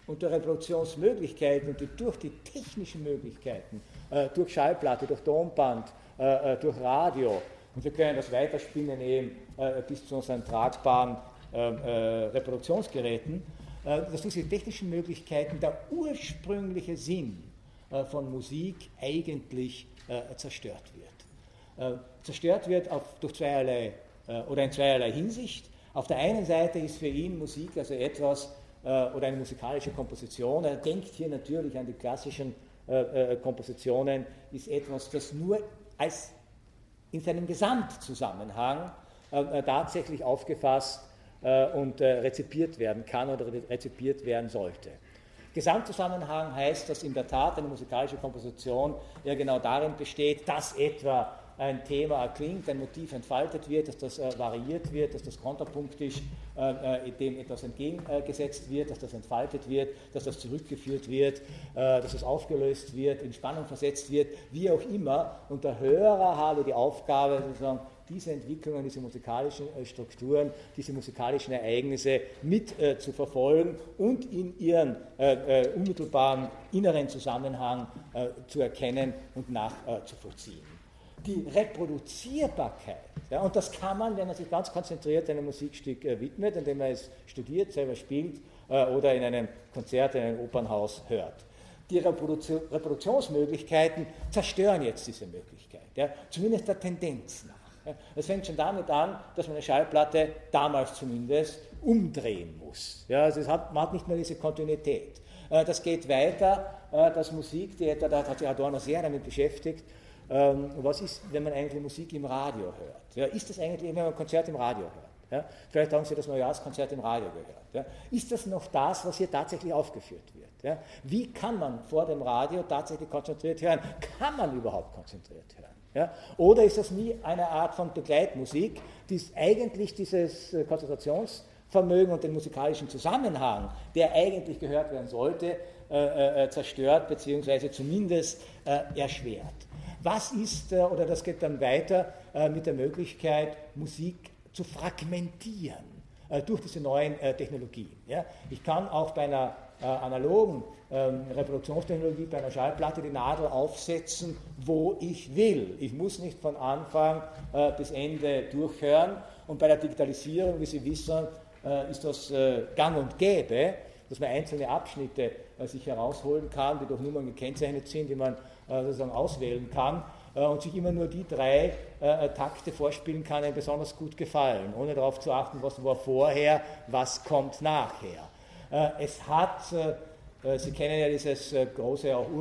und der Reproduktionsmöglichkeiten und die, durch die technischen Möglichkeiten, äh, durch Schallplatte, durch Tonband, äh, durch Radio, und wir können das weiterspinnen eben äh, bis zu unseren tragbaren äh, äh, Reproduktionsgeräten, äh, dass durch die technischen Möglichkeiten der ursprüngliche Sinn äh, von Musik eigentlich äh, zerstört wird. Äh, zerstört wird auf, durch zweierlei, äh, oder in zweierlei Hinsicht. Auf der einen Seite ist für ihn Musik also etwas, äh, oder eine musikalische Komposition, er denkt hier natürlich an die klassischen äh, äh, Kompositionen, ist etwas, das nur als in seinem Gesamtzusammenhang äh, tatsächlich aufgefasst äh, und äh, rezipiert werden kann oder rezipiert werden sollte. Gesamtzusammenhang heißt, dass in der Tat eine musikalische Komposition ja genau darin besteht, dass etwa ein Thema erklingt, ein Motiv entfaltet wird, dass das äh, variiert wird, dass das kontrapunktisch äh, dem etwas entgegengesetzt wird, dass das entfaltet wird, dass das zurückgeführt wird, äh, dass das aufgelöst wird, in Spannung versetzt wird, wie auch immer. Und der Hörer habe die Aufgabe, sozusagen, diese Entwicklungen, diese musikalischen äh, Strukturen, diese musikalischen Ereignisse mit äh, zu verfolgen und in ihren äh, äh, unmittelbaren inneren Zusammenhang äh, zu erkennen und nachzuvollziehen. Die Reproduzierbarkeit, ja, und das kann man, wenn man sich ganz konzentriert einem Musikstück äh, widmet, indem man es studiert, selber spielt äh, oder in einem Konzert, in einem Opernhaus hört. Die Reprodu- Reproduktionsmöglichkeiten zerstören jetzt diese Möglichkeit, ja, zumindest der Tendenz nach. Ja. Es fängt schon damit an, dass man eine Schallplatte, damals zumindest, umdrehen muss. Ja, also es hat, man hat nicht mehr diese Kontinuität. Äh, das geht weiter, äh, dass Musik, die etwa, da hat sich Adorno sehr damit beschäftigt, Ähm, was ist, wenn man eigentlich Musik im Radio hört? Ja, ist das eigentlich, wenn man ein Konzert im Radio hört? Ja? Vielleicht haben Sie das Neujahrskonzert im Radio gehört. Ja? Ist das noch das, was hier tatsächlich aufgeführt wird? Ja? Wie kann man vor dem Radio tatsächlich konzentriert hören? Kann man überhaupt konzentriert hören? Ja? Oder ist das nie eine Art von Begleitmusik, die eigentlich dieses Konzentrationsvermögen und den musikalischen Zusammenhang, der eigentlich gehört werden sollte, äh, äh, zerstört bzw. zumindest äh, erschwert? Was ist, oder das geht dann weiter mit der Möglichkeit, Musik zu fragmentieren durch diese neuen Technologien. Ich kann auch bei einer analogen Reproduktionstechnologie, bei einer Schallplatte die Nadel aufsetzen, wo ich will. Ich muss nicht von Anfang bis Ende durchhören. Und bei der Digitalisierung, wie Sie wissen, ist das gang und gäbe, dass man einzelne Abschnitte sich herausholen kann, die durch Nummern gekennzeichnet sind, die man sozusagen auswählen kann äh, und sich immer nur die drei äh, Takte vorspielen kann, die einem besonders gut gefallen, ohne darauf zu achten, was war vorher, was kommt nachher. Äh, es hat, äh, Sie kennen ja dieses äh, große auch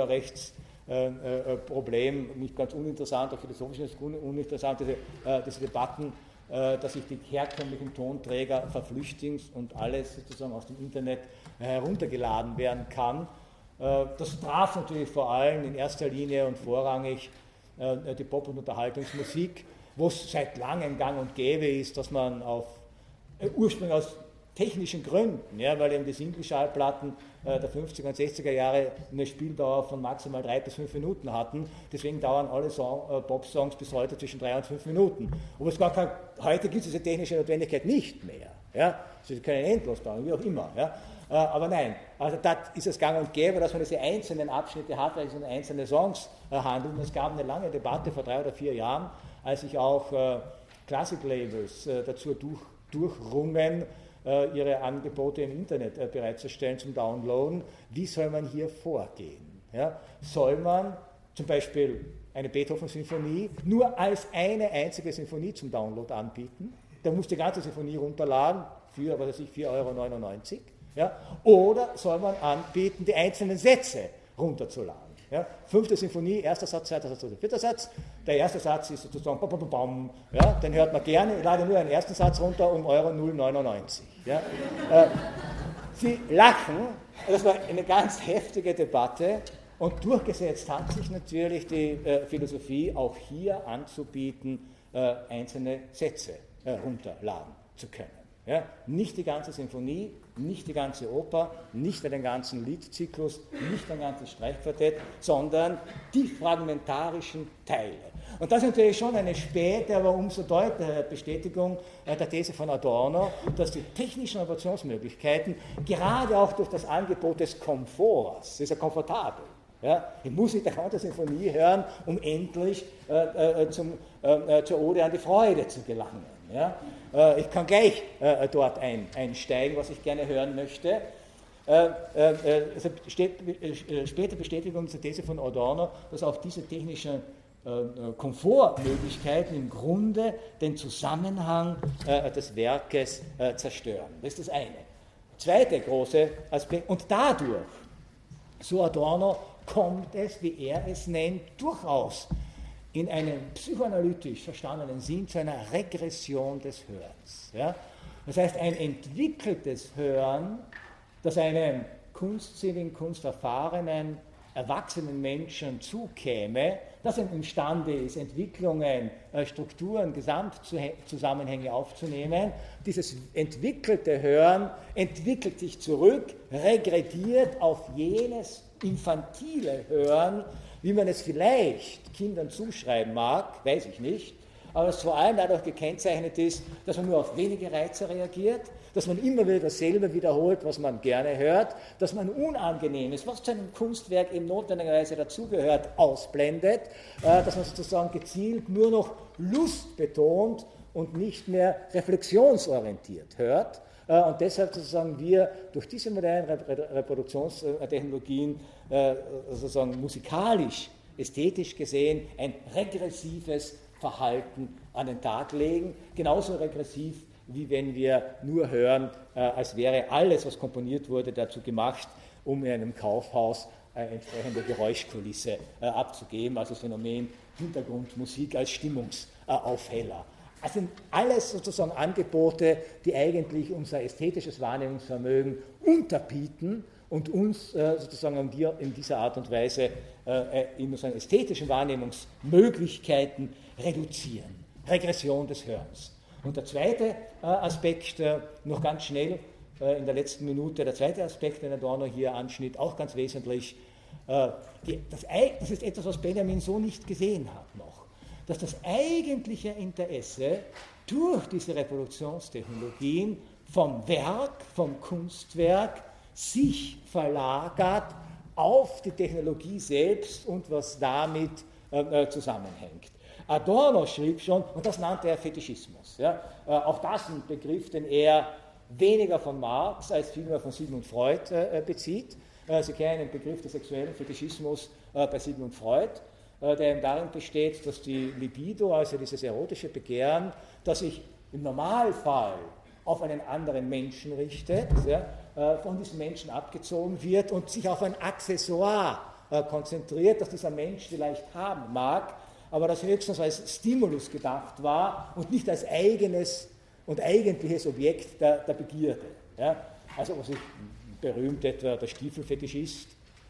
Urheberrechtsproblem, äh, äh, nicht ganz uninteressant, auch philosophisch nicht uninteressant, diese, äh, diese Debatten, äh, dass sich die herkömmlichen Tonträger verflüchtigen und alles sozusagen aus dem Internet äh, heruntergeladen werden kann. Das traf natürlich vor allem in erster Linie und vorrangig die Pop- und Unterhaltungsmusik, wo es seit langem gang und gäbe ist, dass man auf, ursprünglich aus technischen Gründen, ja, weil eben die Single-Schallplatten der fünfziger und sechziger Jahre eine Spieldauer von maximal drei bis fünf Minuten hatten, deswegen dauern alle Song, Pop-Songs bis heute zwischen drei und fünf Minuten. Aber es gar kein, heute gibt es diese technische Notwendigkeit nicht mehr. Ja? Sie können endlos dauern, wie auch immer. Ja? Aber nein, also da ist es gang und gäbe, dass man diese einzelnen Abschnitte hat, weil es um einzelne Songs äh, handelt. Und es gab eine lange Debatte vor drei oder vier Jahren, als sich auch äh, Classic-Labels äh, dazu durch, durchrungen, äh, ihre Angebote im Internet äh, bereitzustellen zum Downloaden. Wie soll man hier vorgehen? Ja? Soll man zum Beispiel eine Beethoven-Sinfonie nur als eine einzige Sinfonie zum Download anbieten? Da muss die ganze Sinfonie runterladen für, was weiß ich, vier Euro neunundneunzig. Ja? Oder soll man anbieten, die einzelnen Sätze runterzuladen? Ja? Fünfte Sinfonie, erster Satz, zweiter Satz, vierter Satz. Der erste Satz ist sozusagen, bam, bam, bam, ja? Den hört man gerne. Ich lade nur einen ersten Satz runter um Euro null Komma neunundneunzig. Ja? äh, Sie lachen, das war eine ganz heftige Debatte. Und durchgesetzt hat sich natürlich die äh, Philosophie, auch hier anzubieten, äh, einzelne Sätze äh, runterladen zu können. Ja? Nicht die ganze Sinfonie, nicht die ganze Oper, nicht den ganzen Liedzyklus, nicht ein ganzes Streichquartett, sondern die fragmentarischen Teile. Und das ist natürlich schon eine späte, aber umso deutlichere Bestätigung der These von Adorno, dass die technischen Innovationsmöglichkeiten gerade auch durch das Angebot des Komforts, das ist ja komfortabel. Ja, ich muss nicht eine ganze Sinfonie hören, um endlich äh, äh, zum, äh, zur Ode an die Freude zu gelangen. Ja? Äh, ich kann gleich äh, dort ein, einsteigen, was ich gerne hören möchte. Äh, äh, also steht, äh, späte Bestätigung zur These von Adorno, dass auch diese technischen äh, Komfortmöglichkeiten im Grunde den Zusammenhang äh, des Werkes äh, zerstören. Das ist das eine. Zweite große Aspekt, und dadurch, so Adorno, kommt es, wie er es nennt, durchaus in einem psychoanalytisch verstandenen Sinn zu einer Regression des Hörens. Ja? Das heißt, ein entwickeltes Hören, das einem kunstsinnigen, kunsterfahrenen, erwachsenen Menschen zukäme, das imstande ist, Entwicklungen, Strukturen, Gesamtzusammenhänge aufzunehmen. Dieses entwickelte Hören entwickelt sich zurück, regrediert auf jenes infantile Hören, wie man es vielleicht Kindern zuschreiben mag, weiß ich nicht, aber das vor allem dadurch gekennzeichnet ist, dass man nur auf wenige Reize reagiert, dass man immer wieder dasselbe wiederholt, was man gerne hört, dass man Unangenehmes, was zu einem Kunstwerk eben notwendigerweise dazugehört, ausblendet, dass man sozusagen gezielt nur noch lustbetont und nicht mehr reflexionsorientiert hört. Und deshalb sozusagen wir durch diese modernen Reproduktionstechnologien sozusagen musikalisch, ästhetisch gesehen ein regressives Verhalten an den Tag legen, genauso regressiv, wie wenn wir nur hören, als wäre alles, was komponiert wurde, dazu gemacht, um in einem Kaufhaus eine entsprechende Geräuschkulisse abzugeben, also das Phänomen Hintergrundmusik als Stimmungsaufheller. Das sind alles sozusagen Angebote, die eigentlich unser ästhetisches Wahrnehmungsvermögen unterbieten und uns äh, sozusagen in dieser Art und Weise äh, in unseren ästhetischen Wahrnehmungsmöglichkeiten reduzieren. Regression des Hörens. Und der zweite äh, Aspekt, äh, noch ganz schnell äh, in der letzten Minute, der zweite Aspekt, den Adorno hier anschnitt, auch ganz wesentlich, äh, die, das, das ist etwas, was Benjamin so nicht gesehen hat noch, dass das eigentliche Interesse durch diese Reproduktionstechnologien vom Werk, vom Kunstwerk, sich verlagert auf die Technologie selbst und was damit äh, zusammenhängt. Adorno schrieb schon, und das nannte er Fetischismus. Ja, äh, auch das ein Begriff, den er weniger von Marx als vielmehr von Sigmund Freud äh, bezieht. Äh, Sie kennen den Begriff des sexuellen Fetischismus äh, bei Sigmund Freud, äh, der eben darin besteht, dass die Libido, also dieses erotische Begehren, das sich im Normalfall auf einen anderen Menschen richtet, ja, von diesem Menschen abgezogen wird und sich auf ein Accessoire konzentriert, das dieser Mensch vielleicht haben mag, aber das höchstens als Stimulus gedacht war und nicht als eigenes und eigentliches Objekt der, der Begierde. Ja. Also was ich, berühmt etwa der Stiefelfetischist,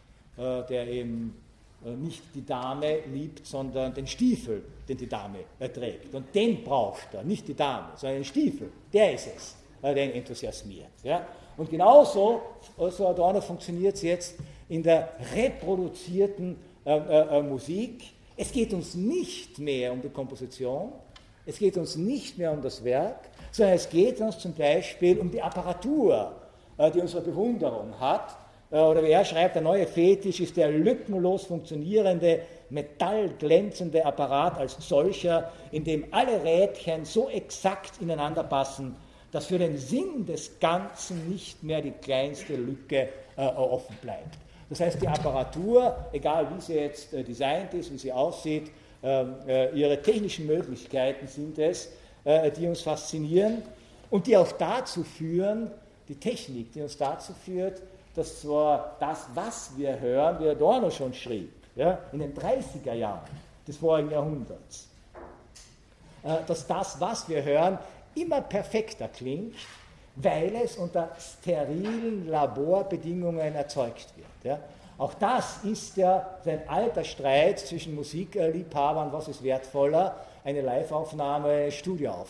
der eben nicht die Dame liebt, sondern den Stiefel, den die Dame trägt. Und den braucht er, nicht die Dame, sondern den Stiefel, der ist es, der ihn enthusiasmiert. Ja? Und genauso, so Adorno, funktioniert es jetzt in der reproduzierten äh, äh, Musik. Es geht uns nicht mehr um die Komposition, es geht uns nicht mehr um das Werk, sondern es geht uns zum Beispiel um die Apparatur, äh, die unsere Bewunderung hat. Oder wie er schreibt, der neue Fetisch ist der lückenlos funktionierende, metallglänzende Apparat als solcher, in dem alle Rädchen so exakt ineinander passen, dass für den Sinn des Ganzen nicht mehr die kleinste Lücke äh, offen bleibt. Das heißt, die Apparatur, egal wie sie jetzt äh, designt ist, wie sie aussieht, äh, ihre technischen Möglichkeiten sind es, äh, die uns faszinieren und die auch dazu führen, die Technik, die uns dazu führt, dass zwar das, was wir hören, wie Adorno schon schrieb, ja, in den dreißiger Jahren des vorigen Jahrhunderts, äh, dass das, was wir hören, immer perfekter klingt, weil es unter sterilen Laborbedingungen erzeugt wird. Ja. Auch das ist ja ein alter Streit zwischen Musikliebhabern, was ist wertvoller, eine Live-Aufnahme, eine Studioaufnahme.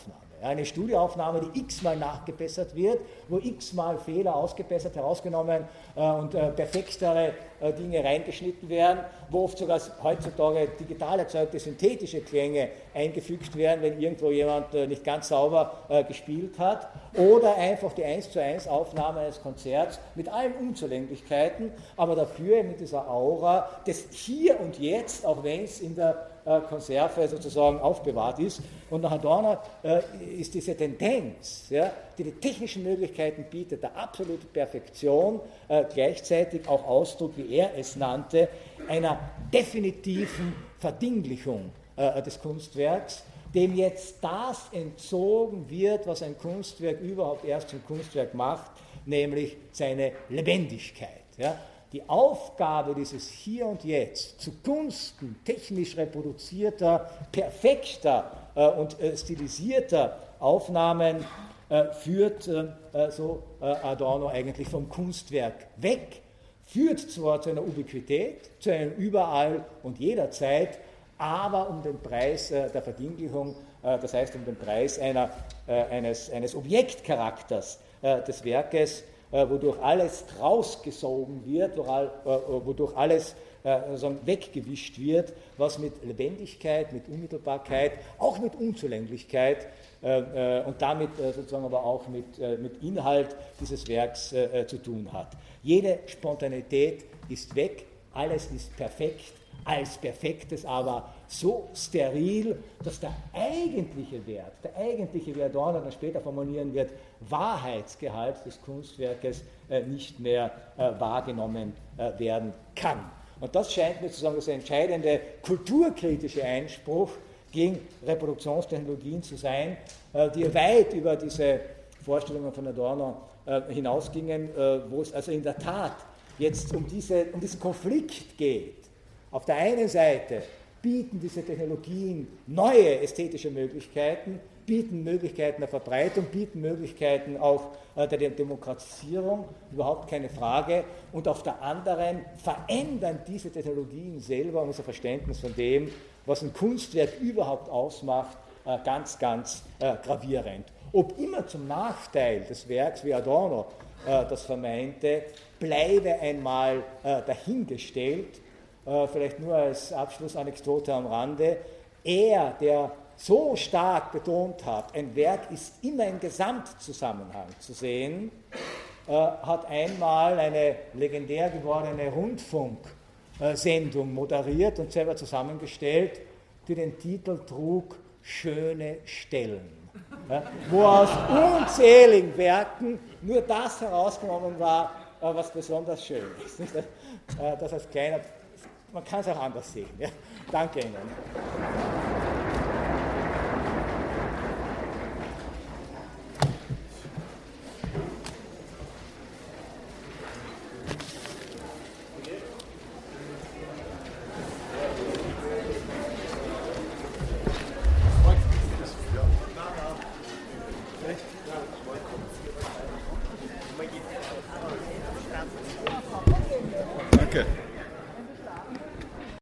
Eine Studioaufnahme, die x-mal nachgebessert wird, wo x-mal Fehler ausgebessert, herausgenommen äh, und äh, perfektere äh, Dinge reingeschnitten werden, wo oft sogar heutzutage digital erzeugte synthetische Klänge eingefügt werden, wenn irgendwo jemand äh, nicht ganz sauber äh, gespielt hat, oder einfach die eins zu eins Aufnahme eines Konzerts mit allen Unzulänglichkeiten, aber dafür mit dieser Aura des Hier und Jetzt, auch wenn es in der äh, Konserve sozusagen aufbewahrt ist. Und nach Adorno äh, ist diese Tendenz, ja, die die technischen Möglichkeiten bietet, der absoluten Perfektion, äh, gleichzeitig auch Ausdruck, wie er es nannte, einer definitiven Verdinglichung äh, des Kunstwerks, dem jetzt das entzogen wird, was ein Kunstwerk überhaupt erst zum Kunstwerk macht, nämlich seine Lebendigkeit. Ja. Die Aufgabe dieses Hier und Jetzt zugunsten technisch reproduzierter, perfekter äh, und äh, stilisierter Aufnahmen äh, führt, äh, so äh, Adorno eigentlich vom Kunstwerk weg, führt zwar zu einer Ubiquität, zu einem Überall und jederzeit, aber um den Preis äh, der Verdinglichung, äh, das heißt um den Preis einer, äh, eines, eines Objektcharakters äh, des Werkes, äh, wodurch alles rausgesogen wird, wodurch, äh, wodurch alles äh, sozusagen weggewischt wird, was mit Lebendigkeit, mit Unmittelbarkeit, auch mit Unzulänglichkeit äh, äh, und damit äh, sozusagen aber auch mit, äh, mit Inhalt dieses Werks äh, zu tun hat. Jede Spontaneität ist weg, alles ist perfekt, als Perfektes, aber so steril, dass der eigentliche Wert, der eigentliche, wie Adorno dann später formulieren wird, Wahrheitsgehalt des Kunstwerkes äh, nicht mehr äh, wahrgenommen äh, werden kann. Und das scheint mir sozusagen das entscheidende kulturkritische Einspruch gegen Reproduktionstechnologien zu sein, äh, die weit über diese Vorstellungen von Adorno äh, hinausgingen, äh, wo es also in der Tat jetzt um, diese, um diesen Konflikt geht. Auf der einen Seite bieten diese Technologien neue ästhetische Möglichkeiten, bieten Möglichkeiten der Verbreitung, bieten Möglichkeiten auch äh, der Demokratisierung, überhaupt keine Frage. Und auf der anderen verändern diese Technologien selber unser Verständnis von dem, was ein Kunstwerk überhaupt ausmacht, äh, ganz, ganz äh, gravierend. Ob immer zum Nachteil des Werks, wie Adorno äh, das vermeinte, bleibe einmal äh, dahingestellt. Uh, vielleicht nur als Abschlussanekdote am Rande, er, der so stark betont hat, ein Werk ist immer im Gesamtzusammenhang zu sehen, uh, hat einmal eine legendär gewordene Rundfunksendung uh, moderiert und selber zusammengestellt, die den Titel trug Schöne Stellen, uh, wo aus unzähligen Werken nur das herausgenommen war, uh, was besonders schön ist. Uh, das als kleiner Man kann es auch anders sehen. Ja. Danke Ihnen.